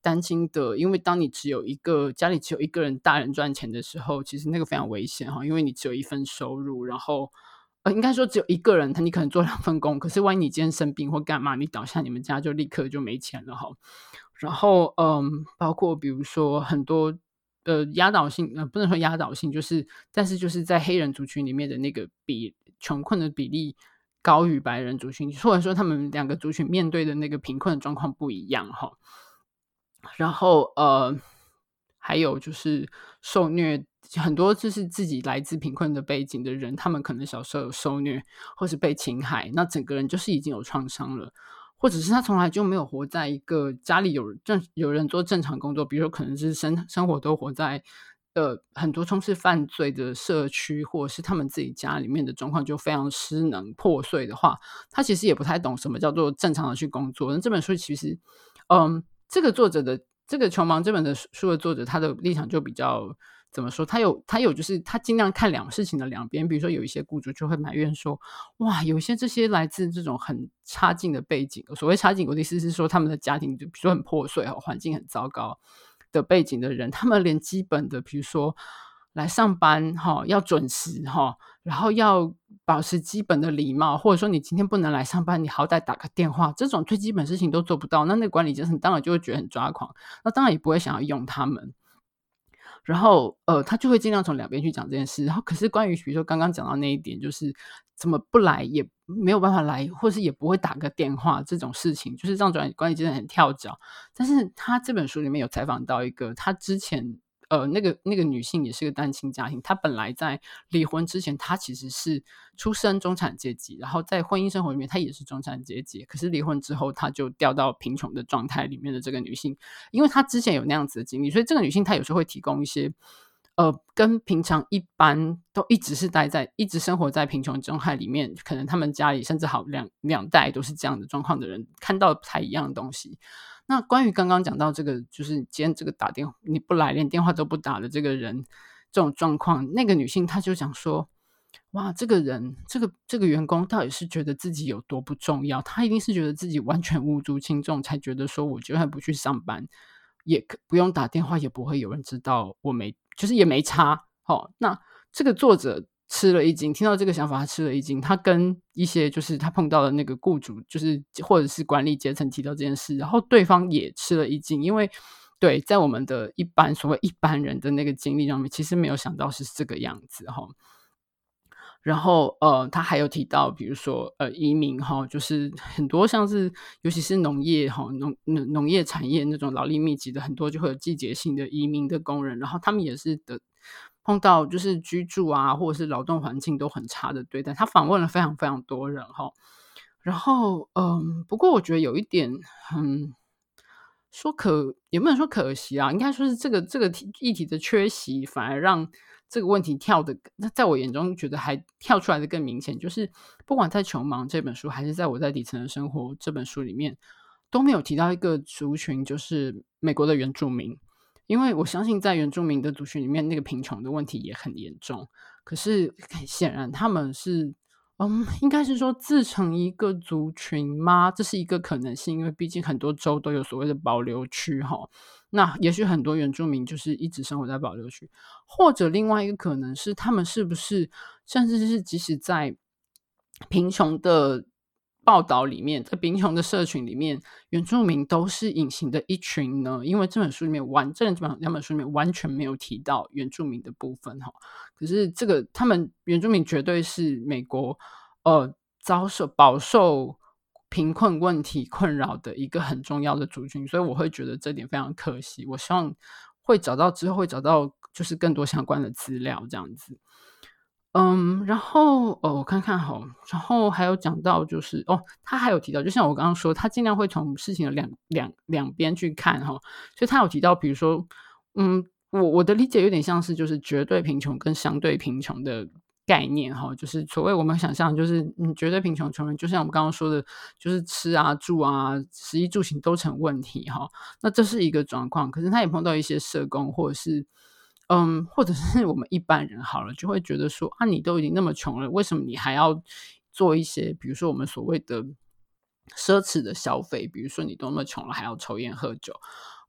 单亲的，因为当你只有一个家里只有一个人大人赚钱的时候，其实那个非常危险哈，因为你只有一份收入，然后呃，应该说只有一个人，他你可能做两份工，可是万一你今天生病或干嘛，你倒下，你们家就立刻就没钱了哈。然后嗯，包括比如说很多呃压倒性呃不能说压倒性，就是但是就是在黑人族群里面的那个比穷困的比例高于白人族群，或者说他们两个族群面对的那个贫困的状况不一样哈。然后呃，还有就是受虐，很多就是自己来自贫困的背景的人，他们可能小时候有受虐或是被侵害，那整个人就是已经有创伤了，或者是他从来就没有活在一个家里有正有人做正常工作，比如说可能是生生活都活在呃很多充斥犯罪的社区，或者是他们自己家里面的状况就非常失能破碎的话，他其实也不太懂什么叫做正常的去工作。那这本书其实嗯，这个作者的这个《穷忙》这本的书的作者，他的立场就比较怎么说？他有他有就是他尽量看两事情的两边。比如说有一些雇主就会埋怨说，哇，有一些这些来自这种很差劲的背景，所谓差劲，我的意思是说他们的家庭就比如说很破碎，环境很糟糕的背景的人，他们连基本的比如说来上班要准时，然后要保持基本的礼貌，或者说你今天不能来上班，你好歹打个电话，这种最基本事情都做不到，那那个管理阶层当然就会觉得很抓狂，那当然也不会想要用他们。然后呃，他就会尽量从两边去讲这件事。然后可是关于比如说刚刚讲到那一点，就是怎么不来也没有办法来，或是也不会打个电话这种事情，就是让管理阶层很跳脚。但是他这本书里面有采访到一个他之前呃，那个那个女性也是个单亲家庭，她本来在离婚之前，她其实是出身中产阶级，然后在婚姻生活里面，她也是中产阶级。可是离婚之后，她就掉到贫穷的状态里面的这个女性，因为她之前有那样子的经历，所以这个女性她有时候会提供一些呃，跟平常一般都一直是待在一直生活在贫穷状态里面，可能他们家里甚至好两两代都是这样的状况的人，看到不太一样的东西。那关于刚刚讲到这个，就是今天这个打电话你不来，连电话都不打的这个人，这种状况，那个女性她就讲说，哇，这个人，这个这个员工到底是觉得自己有多不重要？他一定是觉得自己完全无足轻重，才觉得说，我就算不去上班，也不用打电话，也不会有人知道我没，就是也没差。哦，那这个作者吃了一惊，听到这个想法他吃了一惊。他跟一些就是他碰到的那个雇主，就是或者是管理阶层提到这件事，然后对方也吃了一惊。因为对，在我们的一般所谓一般人的那个经历上面，其实没有想到是这个样子哈。然后呃，他还有提到，比如说呃，移民哈，就是很多像是尤其是农业哈，农农农业产业那种劳力密集的，很多就会有季节性的移民的工人，然后他们也是的碰到就是居住啊，或者是劳动环境都很差的对待。他访问了非常非常多人哈，然后嗯，不过我觉得有一点嗯。说可也不能说可惜啊，应该说是这个这个题议题的缺席，反而让这个问题跳的，在我眼中觉得还跳出来的更明显。就是不管在《穷忙》这本书，还是在我在底层的生活这本书里面，都没有提到一个族群，就是美国的原住民。因为我相信在原住民的族群里面，那个贫穷的问题也很严重。可是很显然他们是嗯，应该是说自成一个族群吗？这是一个可能性，因为毕竟很多州都有所谓的保留区哈。那也许很多原住民就是一直生活在保留区，或者另外一个可能是他们是不是甚至是即使在贫穷的报道里面，在贫穷的社群里面，原住民都是隐形的一群呢？因为这本书里面完这本两本书里面完全没有提到原住民的部分哈。可是这个他们原住民绝对是美国呃遭受饱受贫困问题困扰的一个很重要的族群，所以我会觉得这点非常可惜。我希望会找到之后会找到就是更多相关的资料这样子。嗯，然后哦，我看看好，然后还有讲到就是哦，他还有提到，就像我刚刚说，他尽量会从事情的两两两边去看哈，所以他有提到，比如说，嗯，我我的理解有点像是就是绝对贫穷跟相对贫穷的概念哈，就是所谓我们想象就是嗯，绝对贫穷穷人，就像我们刚刚说的，就是吃啊住啊，食衣住行都成问题哈，那这是一个状况，可是他也碰到一些社工或者是。嗯，或者是我们一般人好了，就会觉得说啊，你都已经那么穷了，为什么你还要做一些，比如说我们所谓的奢侈的消费，比如说你都那么穷了，还要抽烟喝酒，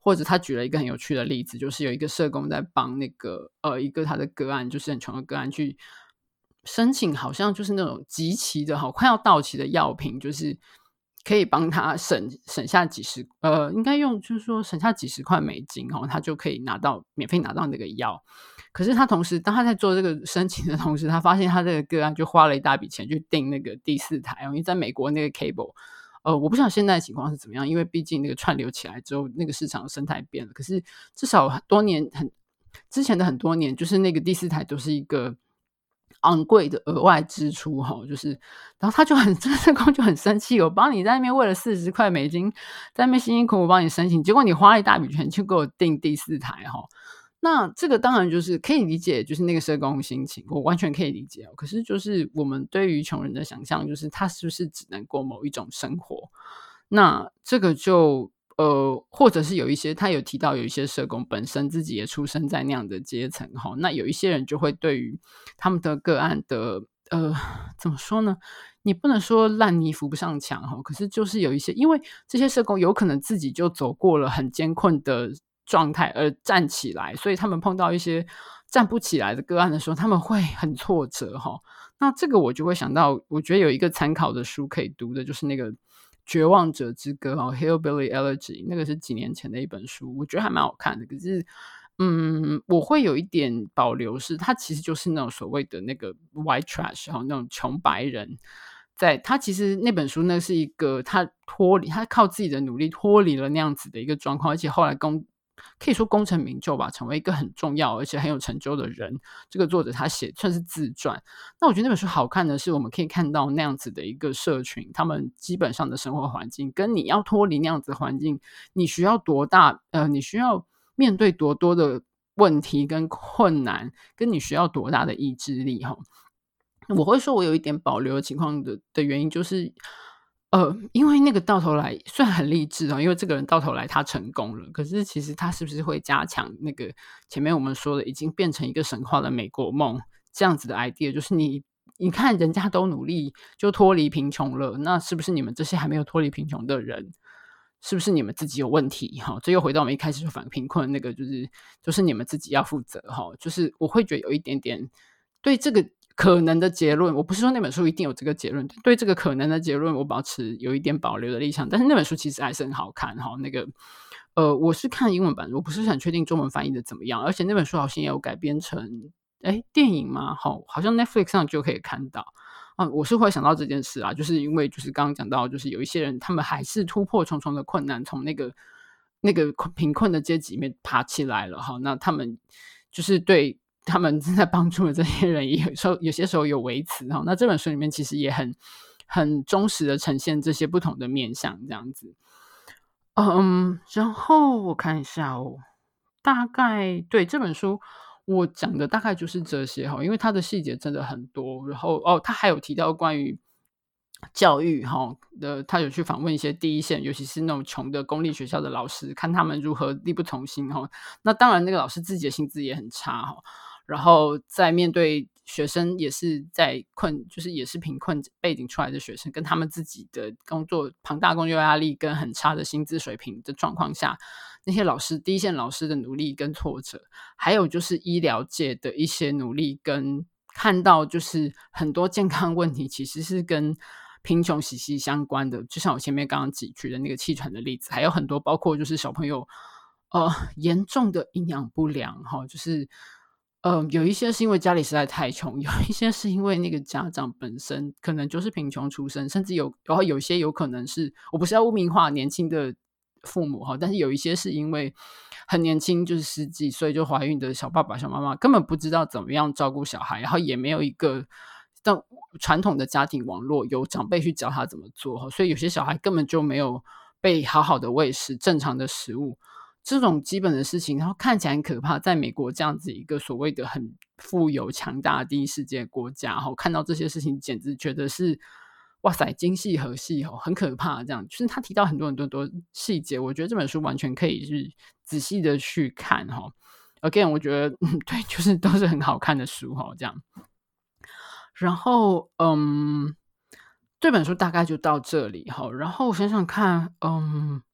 或者他举了一个很有趣的例子，就是有一个社工在帮那个呃一个他的个案，就是很穷的个案去申请，好像就是那种集齐的好快要到期的药品，就是可以帮他省省下几十呃，应该用就是说省下几十块美金哦，他就可以拿到免费拿到那个药。可是他同时，当他在做这个申请的同时，他发现他这个个案就花了一大笔钱去订那个第四台哦，因为在美国那个 cable。呃，我不知道现在的情况是怎么样，因为毕竟那个串流起来之后，那个市场生态变了。可是至少很多年很之前的很多年，就是那个第四台都是一个昂贵的额外支出哈，就是然后他就很这个社工就很生气，我帮你在那边为了四十块美金在那边辛辛苦苦帮你申请，结果你花了一大笔钱去给我订第四台哈。那这个当然就是可以理解，就是那个社工心情，我完全可以理解哦。可是就是我们对于穷人的想象，就是他是不是只能过某一种生活？那这个就呃，或者是有一些他有提到有一些社工本身自己也出生在那样的阶层哈，那有一些人就会对于他们的个案的呃，怎么说呢？你不能说烂泥扶不上墙哈，可是就是有一些，因为这些社工有可能自己就走过了很艰困的状态而站起来，所以他们碰到一些站不起来的个案的时候，他们会很挫折哈。那这个我就会想到，我觉得有一个参考的书可以读的，就是那个《绝望者之歌》哦，《Hillbilly Elegy》，那个是几年前的一本书，我觉得还蛮好看的。可是，嗯，我会有一点保留是，它其实就是那种所谓的那个 white trash 哈，那种穷白人。在他其实那本书那是一个他脱离他靠自己的努力脱离了那样子的一个状况，而且后来功可以说功成名就吧，成为一个很重要而且很有成就的人。这个作者他写算是自传，那我觉得那本书好看的是，我们可以看到那样子的一个社群，他们基本上的生活环境，跟你要脱离那样子的环境，你需要多大呃，你需要面对多多的问题跟困难，跟你需要多大的意志力哈。我会说我有一点保留的情况的的原因就是，呃，因为那个到头来虽然很励志啊，因为这个人到头来他成功了，可是其实他是不是会加强那个前面我们说的已经变成一个神话的美国梦这样子的 idea，就是你你看人家都努力就脱离贫穷了，那是不是你们这些还没有脱离贫穷的人，是不是你们自己有问题哈？这又回到我们一开始就反贫困那个，就是就是你们自己要负责哈。就是我会觉得有一点点对这个可能的结论，我不是说那本书一定有这个结论，对这个可能的结论，我保持有一点保留的立场。但是那本书其实还是很好看哈。那个呃，我是看英文版，我不是很确定中文翻译的怎么样，而且那本书好像也有改编成哎电影吗？好，好像 Netflix 上就可以看到。啊，我是会想到这件事啊，就是因为就是刚刚讲到，就是有一些人他们还是突破重重的困难，从那个那个贫困的阶级里面爬起来了哈。那他们就是对他们正在帮助的这些人，也有时候有些时候有微词哈。那这本书里面其实也很很忠实的呈现这些不同的面向，这样子。嗯，然后我看一下哦，大概对这本书我讲的大概就是这些哈，因为它的细节真的很多。然后哦，他还有提到关于教育哈的，他有去访问一些第一线，尤其是那种穷的公立学校的老师，看他们如何力不从心哈。那当然，那个老师自己的薪资也很差哈。然后在面对学生也是在困，就是也是贫困背景出来的学生，跟他们自己的工作庞大工作压力跟很差的薪资水平的状况下，那些老师第一线老师的努力跟挫折，还有就是医疗界的一些努力跟看到就是很多健康问题其实是跟贫穷息息相关的，就像我前面刚刚举的那个气喘的例子，还有很多包括就是小朋友呃严重的营养不良哈，就是呃有一些是因为家里实在太穷，有一些是因为那个家长本身可能就是贫穷出身，甚至有然后有一些有可能是我不是要污名化年轻的父母哈，但是有一些是因为很年轻，就是十几岁就怀孕的小爸爸、小妈妈，根本不知道怎么样照顾小孩，然后也没有一个到传统的家庭网络有长辈去教他怎么做，所以有些小孩根本就没有被好好的喂食正常的食物。这种基本的事情，然后看起来很可怕，在美国这样子一个所谓的很富有、强大的第一世界国家，哈，看到这些事情，简直觉得是哇塞，精细和细哦，很可怕。这样，就是他提到很多很多多细节，我觉得这本书完全可以是仔细的去看哈。Again，我觉得嗯，对，就是都是很好看的书哈，这样。然后，嗯，这本书大概就到这里哈。然后我想想看，嗯。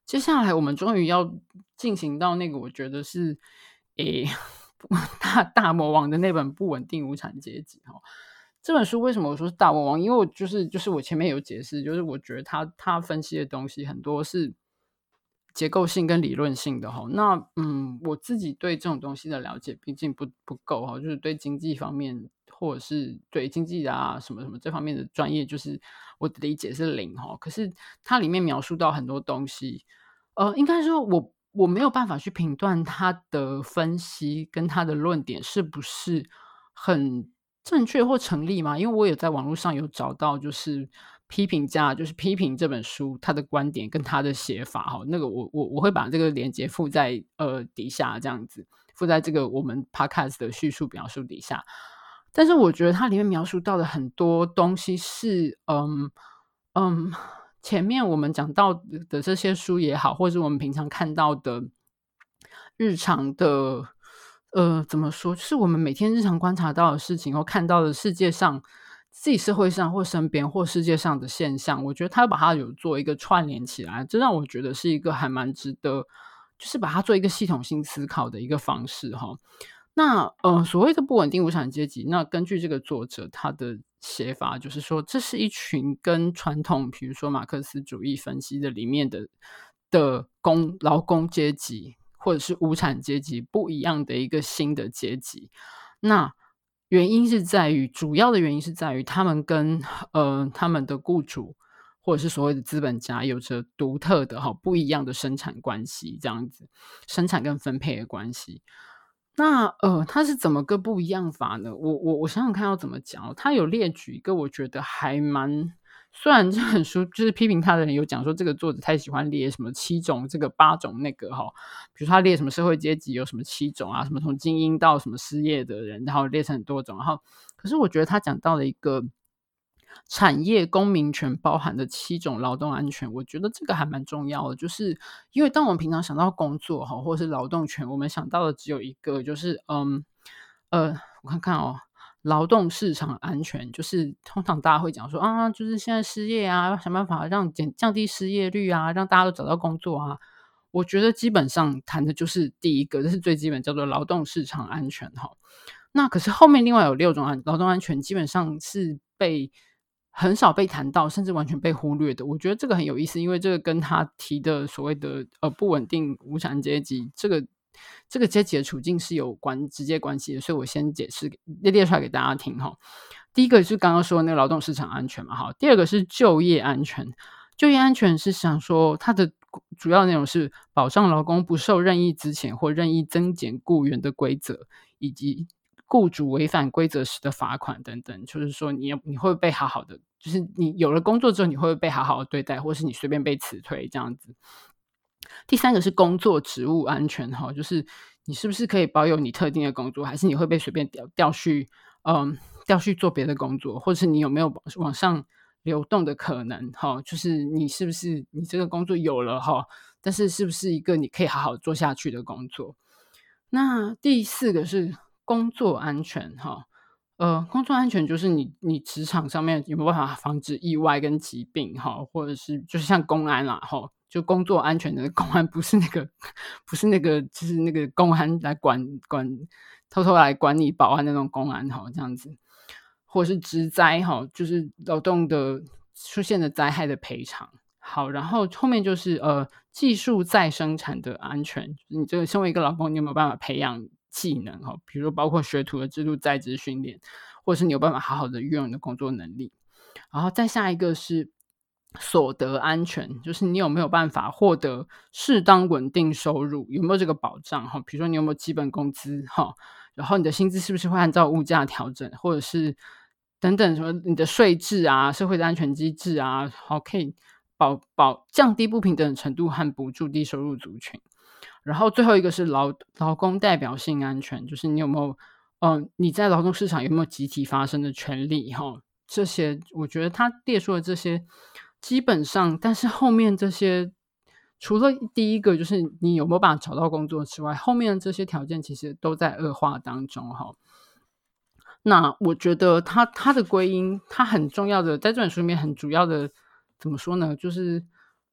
接下来我们终于要进行到那个我觉得是诶大大魔王的那本不稳定无产阶级哈。这本书为什么我说是大魔王？因为我就是就是我前面有解释，就是我觉得他他分析的东西很多是结构性跟理论性的哈。那嗯，我自己对这种东西的了解毕竟不不够哈，就是对经济方面或者是对经济啊什么什么这方面的专业，就是我的理解是零哈。可是它里面描述到很多东西，呃，应该说我我没有办法去评断他的分析跟他的论点是不是很正确或成立嘛？因为我也在网络上有找到，就是批评家，就是批评这本书他的观点跟他的写法哈。那个我我我会把这个连接附在呃底下，这样子附在这个我们 podcast 的叙述描述底下。但是我觉得它里面描述到的很多东西是，嗯嗯，前面我们讲到的这些书也好，或者是我们平常看到的日常的，呃，怎么说，就是我们每天日常观察到的事情，或看到的世界上自己社会上或身边或世界上的现象，我觉得他把它有做一个串联起来，这让我觉得是一个还蛮值得，就是把它做一个系统性思考的一个方式哈。那呃，所谓的不稳定无产阶级，那根据这个作者他的写法，就是说这是一群跟传统，比如说马克思主义分析的里面的的工劳工阶级或者是无产阶级不一样的一个新的阶级。那原因是在于，主要的原因是在于他们跟呃他们的雇主或者是所谓的资本家有着独特的哈不一样的生产关系，这样子生产跟分配的关系。那呃，它是怎么个不一样法呢？我我我想想看要怎么讲哦。他有列举一个我觉得还蛮，虽然这本书就是批评他的人有讲说这个作者太喜欢列什么七种这个八种那个哈，比如说他列什么社会阶级有什么七种啊，什么从精英到什么失业的人，然后列成很多种。然后可是我觉得他讲到了一个产业公民权包含的七种劳动安全，我觉得这个还蛮重要的。就是因为当我们平常想到工作哈，或者是劳动权，我们想到的只有一个，就是嗯呃，我看看哦，劳动市场安全，就是通常大家会讲说啊，就是现在失业啊，要想办法让减降低失业率啊，让大家都找到工作啊。我觉得基本上谈的就是第一个，这是最基本，叫做劳动市场安全哈。那可是后面另外有六种安劳动安全，基本上是被很少被谈到，甚至完全被忽略的。我觉得这个很有意思，因为这个跟他提的所谓的呃不稳定无产阶级这个这个阶级的处境是有关直接关系的，所以我先解释列列出来给大家听哈。第一个是刚刚说的那个劳动市场安全嘛，哈。第二个是就业安全，就业安全是想说它的主要内容是保障劳工不受任意资遣或任意增减雇员的规则，以及雇主违反规则时的罚款等等。就是说你你会不会被好好的，就是你有了工作之后你会不会被好好的对待，或是你随便被辞退这样子。第三个是工作职务安全哈，就是你是不是可以保有你特定的工作，还是你会被随便调调去嗯调去做别的工作，或是你有没有往上流动的可能哈，就是你是不是你这个工作有了哈，但是是不是一个你可以好好做下去的工作。那第四个是工作安全哈，呃，工作安全就是你你职场上面有没有办法防止意外跟疾病哈，或者是就是像公安啦哈，就工作安全的公安，不是那个不是那个就是那个公安来管管偷偷来管你保安的那种公安哈，这样子。或者是职灾哈，就是劳动的出现的灾害的赔偿。好，然后后面就是呃技术再生产的安全，你这个身为一个劳工，你有没有办法培养技能哈？比如说包括学徒的制度在职训练，或者是你有办法好好的运用你的工作能力。然后再下一个是所得安全，就是你有没有办法获得适当稳定收入，有没有这个保障哈？比如说你有没有基本工资哈？然后你的薪资是不是会按照物价调整，或者是等等什么你的税制啊、社会的安全机制啊，好可以保保降低不平等的程度和补助低收入族群。然后最后一个是劳劳工代表性安全，就是你有没有嗯、呃、你在劳动市场有没有集体发声的权利哈？这些我觉得他列出的这些基本上，但是后面这些除了第一个就是你有没有办法找到工作之外，后面的这些条件其实都在恶化当中哈。那我觉得他他的归因，他很重要的，在这本书里面很主要的，怎么说呢？就是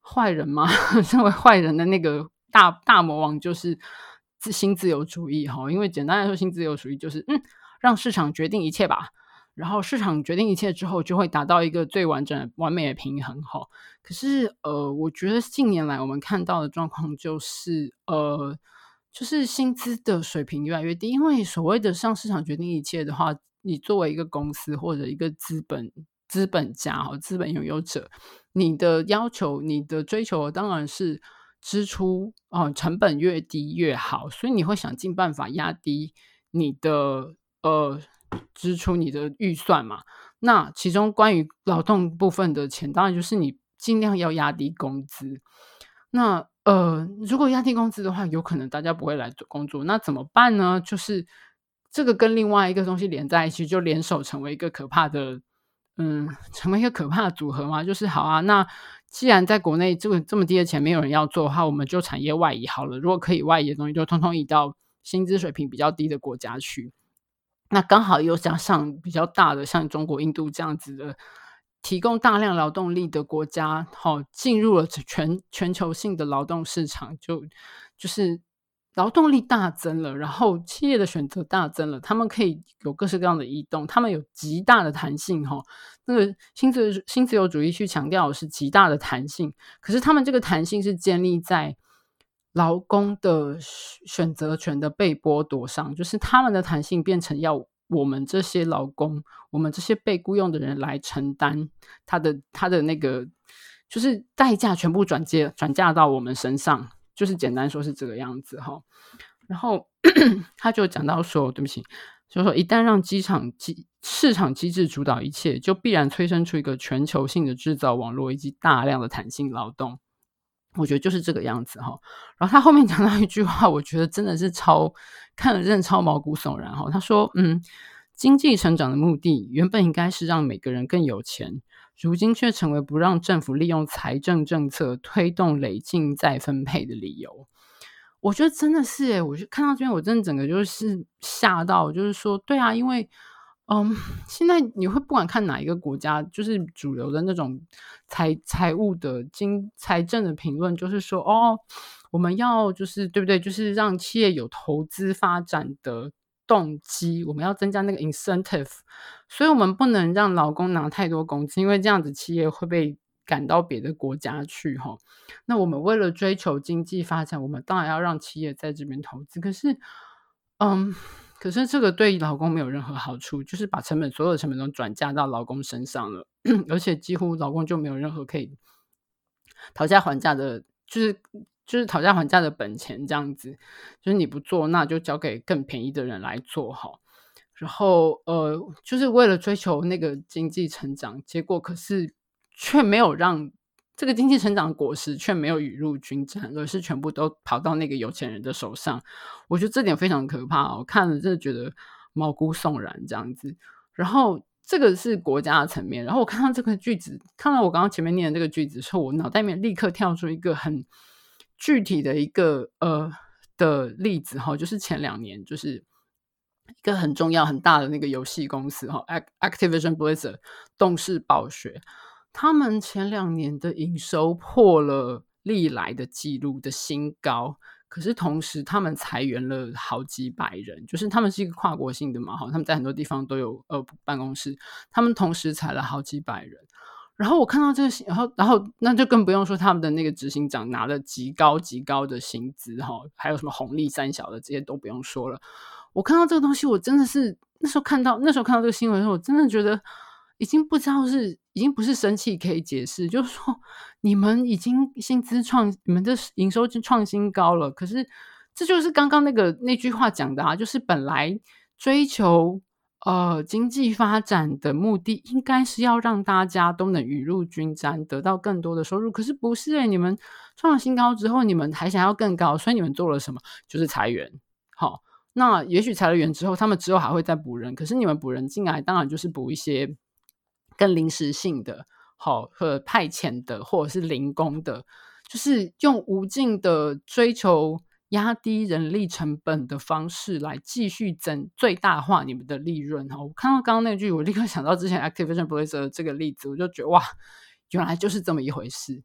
坏人吗？身为坏人的那个大大魔王就是新自由主义哈，因为简单来说，新自由主义就是嗯，让市场决定一切吧。然后市场决定一切之后，就会达到一个最完整、完美的平衡哈。可是呃，我觉得近年来我们看到的状况就是呃，就是薪资的水平越来越低，因为所谓的让市场决定一切的话，你作为一个公司或者一个资本资本家哈，资本拥有者，你的要求、你的追求当然是支出哦，成本越低越好，所以你会想尽办法压低你的呃支出、你的预算嘛。那其中关于劳动部分的钱，当然就是你尽量要压低工资。那呃，如果压低工资的话，有可能大家不会来做工作，那怎么办呢？就是这个跟另外一个东西连在一起，就联手成为一个可怕的，嗯，成为一个可怕的组合嘛。就是好啊，那既然在国内这个这么低的钱没有人要做的话，我们就产业外移好了。如果可以外移的东西，就通通移到薪资水平比较低的国家去。那刚好又加上比较大的，像中国、印度这样子的提供大量劳动力的国家，好、进入了全全球性的劳动市场，就就是劳动力大增了，然后企业的选择大增了，他们可以有各式各样的移动，他们有极大的弹性哈、那个新自新自由主义去强调的是极大的弹性，可是他们这个弹性是建立在劳工的选择权的被剥夺上，就是他们的弹性变成要我们这些劳工，我们这些被雇佣的人来承担他的他的那个，就是代价全部转接转嫁到我们身上，就是简单说是这个样子哈。然后他就讲到说，对不起，就说一旦让机场机市场机制主导一切，就必然催生出一个全球性的制造网络以及大量的弹性劳动。我觉得就是这个样子哈。然后他后面讲到一句话，我觉得真的是超看了真的超毛骨悚然哈。他说，嗯，经济成长的目的原本应该是让每个人更有钱，如今却成为不让政府利用财政政策推动累进再分配的理由。我觉得真的是诶，我就看到这边，我真的整个就是吓到，就是说，对啊，因为嗯，现在你会不管看哪一个国家，就是主流的那种财财务的经财政的评论，就是说，哦，我们要就是对不对？就是让企业有投资发展的动机，我们要增加那个 incentive，所以我们不能让劳工拿太多工资，因为这样子企业会被赶到别的国家去哈。那我们为了追求经济发展，我们当然要让企业在这边投资。可是，嗯，可是这个对劳工没有任何好处，就是把成本所有的成本都转嫁到劳工身上了，而且几乎劳工就没有任何可以讨价还价的，就是就是讨价还价的本钱这样子。就是你不做，那就交给更便宜的人来做哈。然后呃，就是为了追求那个经济成长，结果可是却没有让这个经济成长的果实却没有雨露均沾，而是全部都跑到那个有钱人的手上。我觉得这点非常可怕，我看了真的觉得毛骨悚然这样子。然后这个是国家的层面，然后我看到这个句子，看到我刚刚前面念的这个句子的时候，我脑袋里面立刻跳出一个很具体的一个呃的例子哈，就是前两年就是一个很重要很大的那个游戏公司哈 Activision Blizzard 动视暴雪，他们前两年的营收破了历来的记录的新高，可是同时他们裁员了好几百人，就是他们是一个跨国性的嘛，他们在很多地方都有呃办公室，他们同时裁了好几百人。然后我看到这个，然后然后那就更不用说他们的那个执行长拿了极高极高的薪资哈，还有什么红利三小的这些都不用说了。我看到这个东西，我真的是那时候看到那时候看到这个新闻的时候，我真的觉得已经不知道是已经不是生气可以解释，就是说你们已经薪资创你们的营收创新高了，可是这就是刚刚那个那句话讲的啊，就是本来追求呃经济发展的目的应该是要让大家都能雨露均沾，得到更多的收入，可是不是欸，你们创了新高之后，你们还想要更高，所以你们做了什么？就是裁员。好，那也许裁了员之后，他们之后还会再补人，可是你们补人进来，当然就是补一些更临时性的，好，和派遣的，或者是零工的，就是用无尽的追求压低人力成本的方式来继续增最大化你们的利润。我看到刚刚那句，我立刻想到之前 Activision Blizzard 这个例子，我就觉得哇，原来就是这么一回事。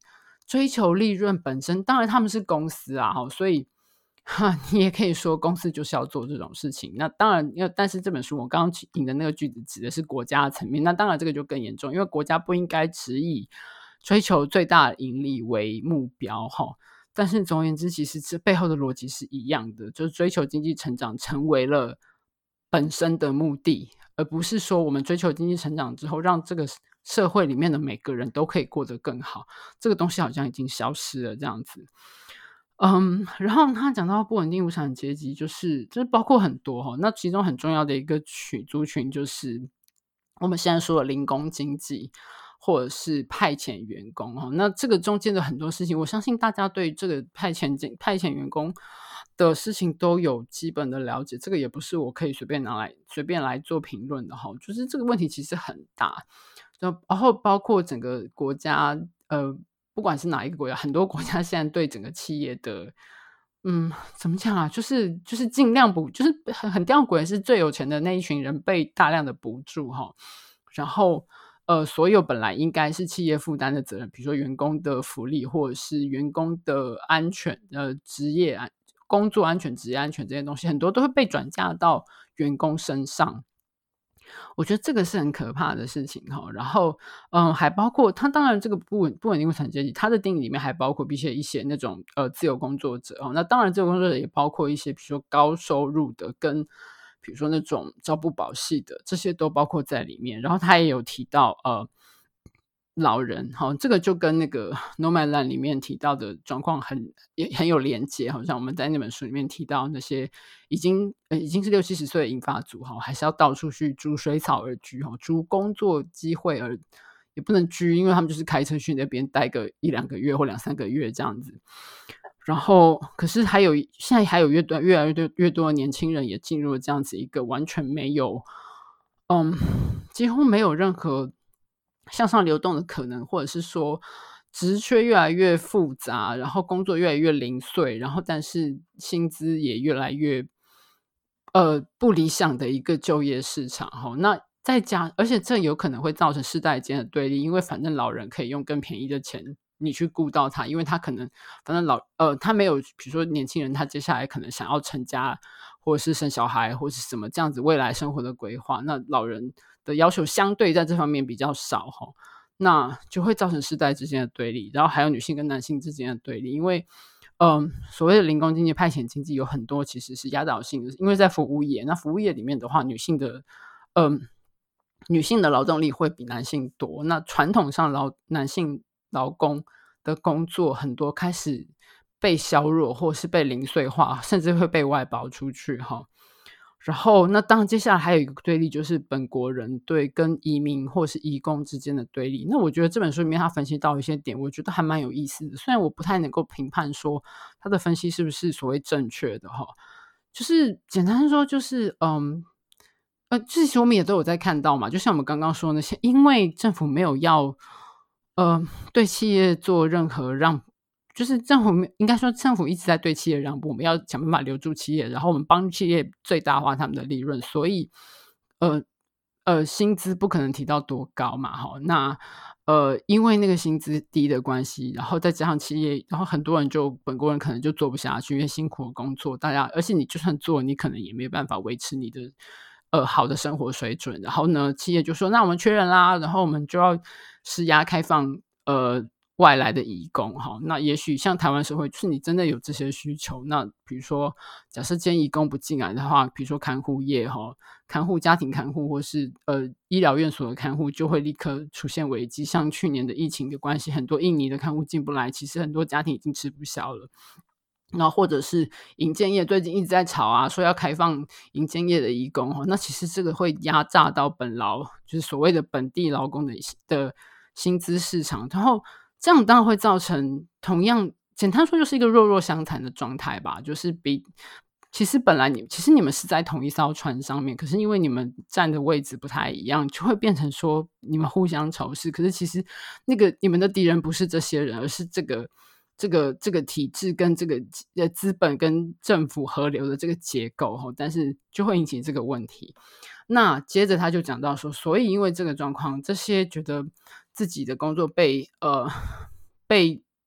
追求利润本身，当然他们是公司啊，所以哈，你也可以说公司就是要做这种事情。那当然，因为但是这本书我刚刚引的那个句子指的是国家的层面，那当然这个就更严重，因为国家不应该只以追求最大的盈利为目标哈。但是总而言之，其实这背后的逻辑是一样的，就是追求经济成长成为了本身的目的，而不是说我们追求经济成长之后，让这个社会里面的每个人都可以过得更好。这个东西好像已经消失了这样子。嗯，然后他讲到不稳定无产阶级，就是就是包括很多哈，那其中很重要的一个群族群就是我们现在说的零工经济，或者是派遣员工哈。那这个中间的很多事情，我相信大家对这个派遣派遣员工的事情都有基本的了解，这个也不是我可以随便拿来随便来做评论的哈。就是这个问题其实很大，然后包括整个国家呃。不管是哪一个国家，很多国家现在对整个企业的，嗯，怎么讲啊？就是就是尽量补，就是很很吊诡，是最有钱的那一群人被大量的补助哈，然后呃，所有本来应该是企业负担的责任，比如说员工的福利或者是员工的安全、呃职业安、工作安全、职业安全这些东西，很多都会被转嫁到员工身上。我觉得这个是很可怕的事情哈，然后嗯，还包括它当然这个不稳不稳定无产阶级，它的定义里面还包括一些一些那种呃自由工作者哦，那当然自由工作者也包括一些比如说高收入的跟比如说那种朝不保夕的，这些都包括在里面。然后他也有提到呃老人哈，这个就跟那个 Nomadland 里面提到的状况很也很有连结，好像我们在那本书里面提到那些已经呃已经是六七十岁的银发族哈，还是要到处去逐水草而居哈，逐工作机会而也不能居，因为他们就是开车去那边待个一两个月或两三个月这样子。然后，可是还有现在还有越多越来越多越多的年轻人也进入了这样子一个完全没有，嗯，几乎没有任何向上流动的可能，或者是说职缺越来越复杂，然后工作越来越零碎，然后但是薪资也越来越呃不理想的一个就业市场哈。那再加，而且这有可能会造成世代间的对立，因为反正老人可以用更便宜的钱你去顾到他，因为他可能反正老呃他没有，比如说年轻人他接下来可能想要成家或者是生小孩或是什么这样子未来生活的规划，那老人的要求相对在这方面比较少哈，那就会造成世代之间的对立，然后还有女性跟男性之间的对立，因为嗯，所谓的零工经济、派遣经济有很多其实是压倒性的，因为在服务业，那服务业里面的话，女性的嗯。女性的劳动力会比男性多，那传统上劳男性劳工的工作很多开始被削弱，或是被零碎化，甚至会被外包出去哈。然后，那当然接下来还有一个对立，就是本国人对跟移民或是移工之间的对立。那我觉得这本书里面他分析到一些点，我觉得还蛮有意思的。虽然我不太能够评判说他的分析是不是所谓正确的哈，就是简单说，就是嗯。呃，这些我们也都有在看到嘛，就像我们刚刚说的那些，因为政府没有要呃对企业做任何让，就是政府应该说政府一直在对企业让步，我们要想办法留住企业，然后我们帮企业最大化他们的利润，所以呃呃薪资不可能提到多高嘛，哈，那呃因为那个薪资低的关系，然后再加上企业，然后很多人就本国人可能就做不下去，因为辛苦的工作，大家而且你就算做，你可能也没有办法维持你的。呃，好的生活水准，然后呢，企业就说那我们缺人啦，然后我们就要施压开放呃外来的移工哈。那也许像台湾社会，就是你真的有这些需求，那比如说假设今天移工不进来的话，比如说看护业哈，看护家庭看护或是呃医疗院所的看护就会立刻出现危机。像去年的疫情的关系，很多印尼的看护进不来，其实很多家庭已经吃不消了。然后或者是营建业最近一直在吵啊，说要开放营建业的移工，那其实这个会压榨到本劳，就是所谓的本地劳工的的薪资市场，然后这样当然会造成同样简单说就是一个弱弱相残的状态吧，就是比其实本来你其实你们是在同一艘船上面，可是因为你们站的位置不太一样，就会变成说你们互相仇视，可是其实那个你们的敌人不是这些人，而是这个这个这个体制跟这个呃资本跟政府合流的这个结构，但是就会引起这个问题。那接着他就讲到说，所以因为这个状况，这些觉得自己的工作被呃被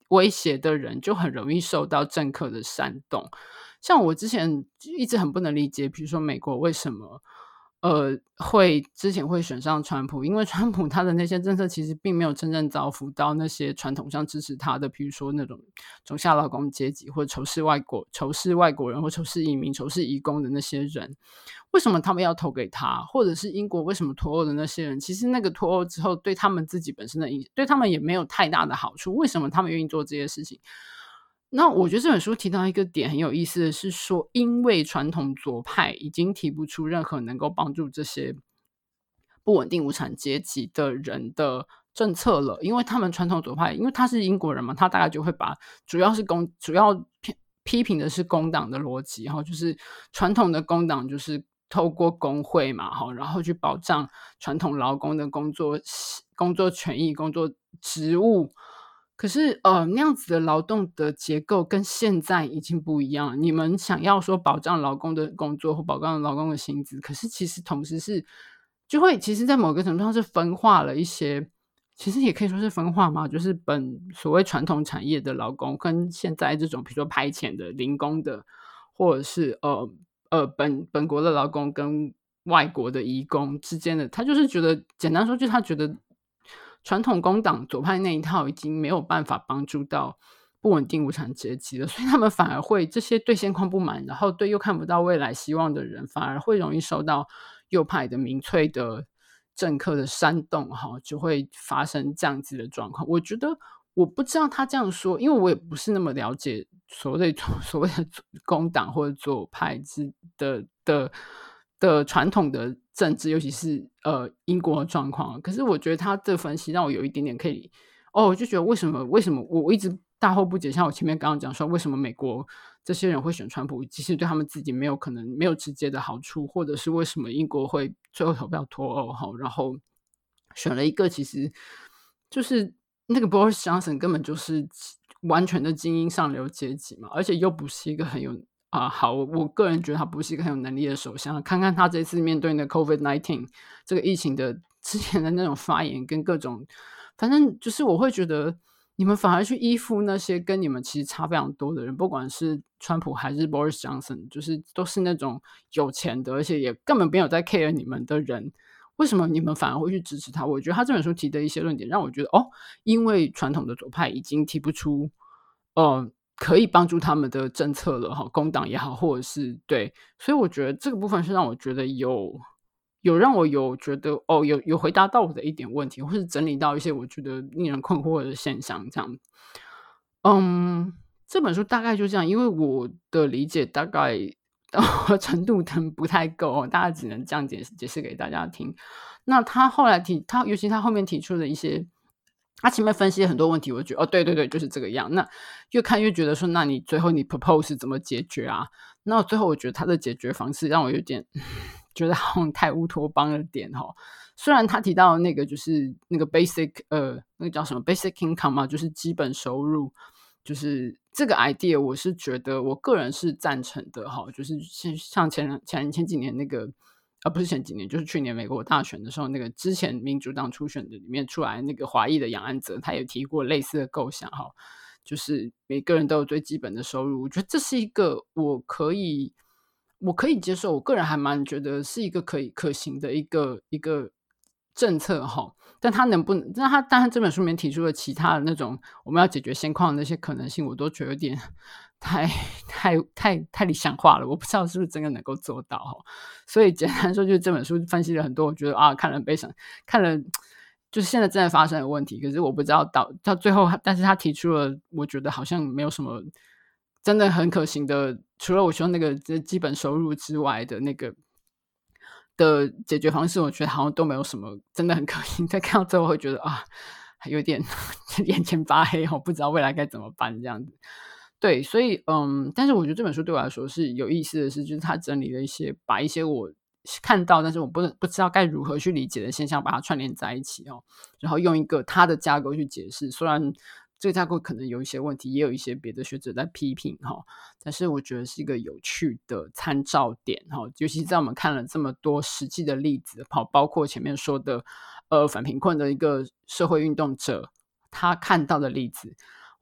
威胁的人就很容易受到政客的煽动。像我之前一直很不能理解，比如说美国为什么呃会之前会选上川普，因为川普他的那些政策其实并没有真正造福到那些传统上支持他的，比如说那种中下劳工阶级，或者仇视外国仇视外国人，或仇视移民、仇视移工的那些人。为什么他们要投给他？或者是英国为什么脱欧的那些人，其实那个脱欧之后对他们自己本身的影响，对他们也没有太大的好处，为什么他们愿意做这些事情？那我觉得这本书提到一个点很有意思的是说，因为传统左派已经提不出任何能够帮助这些不稳定无产阶级的人的政策了，因为他们传统左派，因为他是英国人嘛，他大概就会把主要是工主要批批评的是工党的逻辑，哈，就是传统的工党就是透过工会嘛，哈，然后去保障传统劳工的工作工作权益、工作职务。可是呃，那样子的劳动的结构跟现在已经不一样了。你们想要说保障劳工的工作或保障劳工的薪资，可是其实同时是就会其实在某个程度上是分化了一些，其实也可以说是分化嘛，就是本所谓传统产业的劳工跟现在这种比如说派遣的零工的，或者是呃呃本本国的劳工跟外国的移工之间的，他就是觉得简单说就是他觉得传统工党左派那一套已经没有办法帮助到不稳定无产阶级了，所以他们反而会这些对现况不满，然后对又看不到未来希望的人，反而会容易受到右派的民粹的政客的煽动，就会发生这样子的状况。我觉得我不知道他这样说，因为我也不是那么了解所谓的所谓的工党或者左派之的的的传统的政治，尤其是呃英国的状况。可是我觉得他的分析让我有一点点可以哦，我就觉得为什么为什么我我一直大惑不解，像我前面刚刚讲说，为什么美国这些人会选川普，其实对他们自己没有可能没有直接的好处，或者是为什么英国会最后投票脱欧哈，然后选了一个其实就是那个 Boris Johnson 根本就是完全的精英上流阶级嘛，而且又不是一个很有啊、好，我个人觉得他不是一个很有能力的首相。看看他这次面对那 COVID 十九 这个疫情的之前的那种发言跟各种，反正就是我会觉得你们反而去依附那些跟你们其实差非常多的人，不管是川普还是 Boris Johnson， 就是都是那种有钱的，而且也根本没有在 care 你们的人。为什么你们反而会去支持他？我觉得他这本书提的一些论点让我觉得哦，因为传统的左派已经提不出呃可以帮助他们的政策了哈，工党也好，或者是对，所以我觉得这个部分是让我觉得有有让我有觉得哦，有有回答到我的一点问题，或是整理到一些我觉得令人困惑的现象，这样。嗯，这本书大概就这样，因为我的理解大概程度可能不太够哦，大概只能这样解释解释给大家听。那他后来提，他尤其他后面提出的一些，他前面分析了很多问题，我就觉得哦，对对对，就是这个样。那越看越觉得说，那你最后你 propose 怎么解决啊？那最后我觉得他的解决方式让我有点觉得好像太乌托邦了点哦。虽然他提到那个就是那个 basic 呃那个叫什么 basic income 嘛，就是基本收入，就是这个 idea 我是觉得我个人是赞成的哈，就是像前前前几年那个啊不是前几年，就是去年美国大选的时候，那个之前民主党初选的里面出来那个华裔的杨安泽，他也提过类似的构想哈，就是每个人都有最基本的收入，我觉得这是一个我可以我可以接受，我个人还蛮觉得是一个可以可行的一个一个政策哈。但他能不能？那他但他这本书里面提出了其他的那种我们要解决现况的那些可能性，我都觉得有点太太太太理想化了。我不知道是不是真的能够做到哈。所以简单说，就是这本书分析了很多，我觉得啊，看了很悲伤，看了就是现在正在发生的问题。可是我不知道到到最后，但是他提出了，我觉得好像没有什么真的很可行的，除了我说那个基本收入之外的那个。的解决方式，我觉得好像都没有什么真的很可行。再看到最后会觉得啊，有点眼前发黑哦，不知道未来该怎么办这样子。对，所以嗯，但是我觉得这本书对我来说是有意思的是，就是它整理了一些，把一些我看到但是我不不知道该如何去理解的现象，把它串联在一起哦，然后用一个它的架构去解释。虽然这个架构可能有一些问题，也有一些别的学者在批评哈，但是我觉得是一个有趣的参照点哈，尤其在我们看了这么多实际的例子，好，包括前面说的呃反贫困的一个社会运动者，他看到的例子，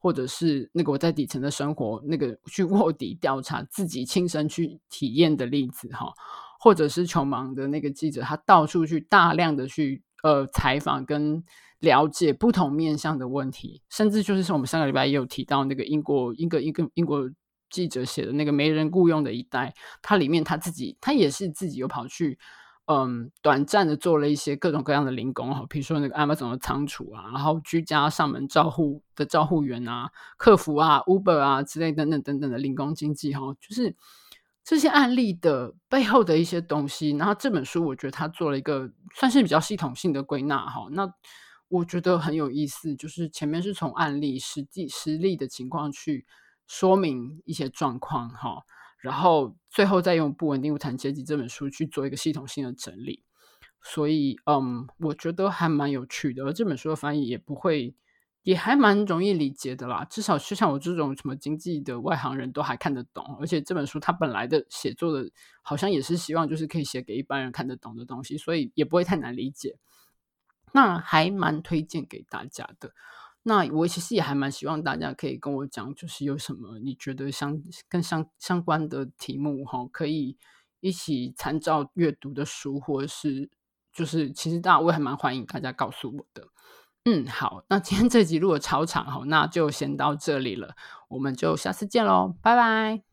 或者是那个我在底层的生活，那个去卧底调查自己亲身去体验的例子哈，或者是穷忙的那个记者，他到处去大量的去呃采访跟了解不同面向的问题，甚至就是我们上个礼拜也有提到那个英国英国英国英国记者写的那个没人雇佣的一代，他里面他自己他也是自己有跑去嗯，短暂的做了一些各种各样的零工哈，比如说那个 Amazon 的仓储啊，然后居家上门照护的照护员啊、客服啊、Uber 啊之类等等等等的零工经济哈，就是这些案例的背后的一些东西。然后这本书我觉得他做了一个算是比较系统性的归纳哈，那我觉得很有意思，就是前面是从案例实际实例的情况去说明一些状况哈，然后最后再用《不稳定无产阶级》这本书去做一个系统性的整理，所以嗯，我觉得还蛮有趣的，而这本书的翻译也不会，也还蛮容易理解的啦，至少就像我这种什么经济的外行人都还看得懂，而且这本书它本来的写作的好像也是希望就是可以写给一般人看得懂的东西，所以也不会太难理解，那还蛮推荐给大家的。那我其实也还蛮希望大家可以跟我讲，就是有什么你觉得相跟相相关的题目哈，可以一起参照阅读的书，或者是就是其实大家我也还蛮欢迎大家告诉我的。嗯，好，那今天这集如果超长哈，那就先到这里了，我们就下次见喽，拜拜。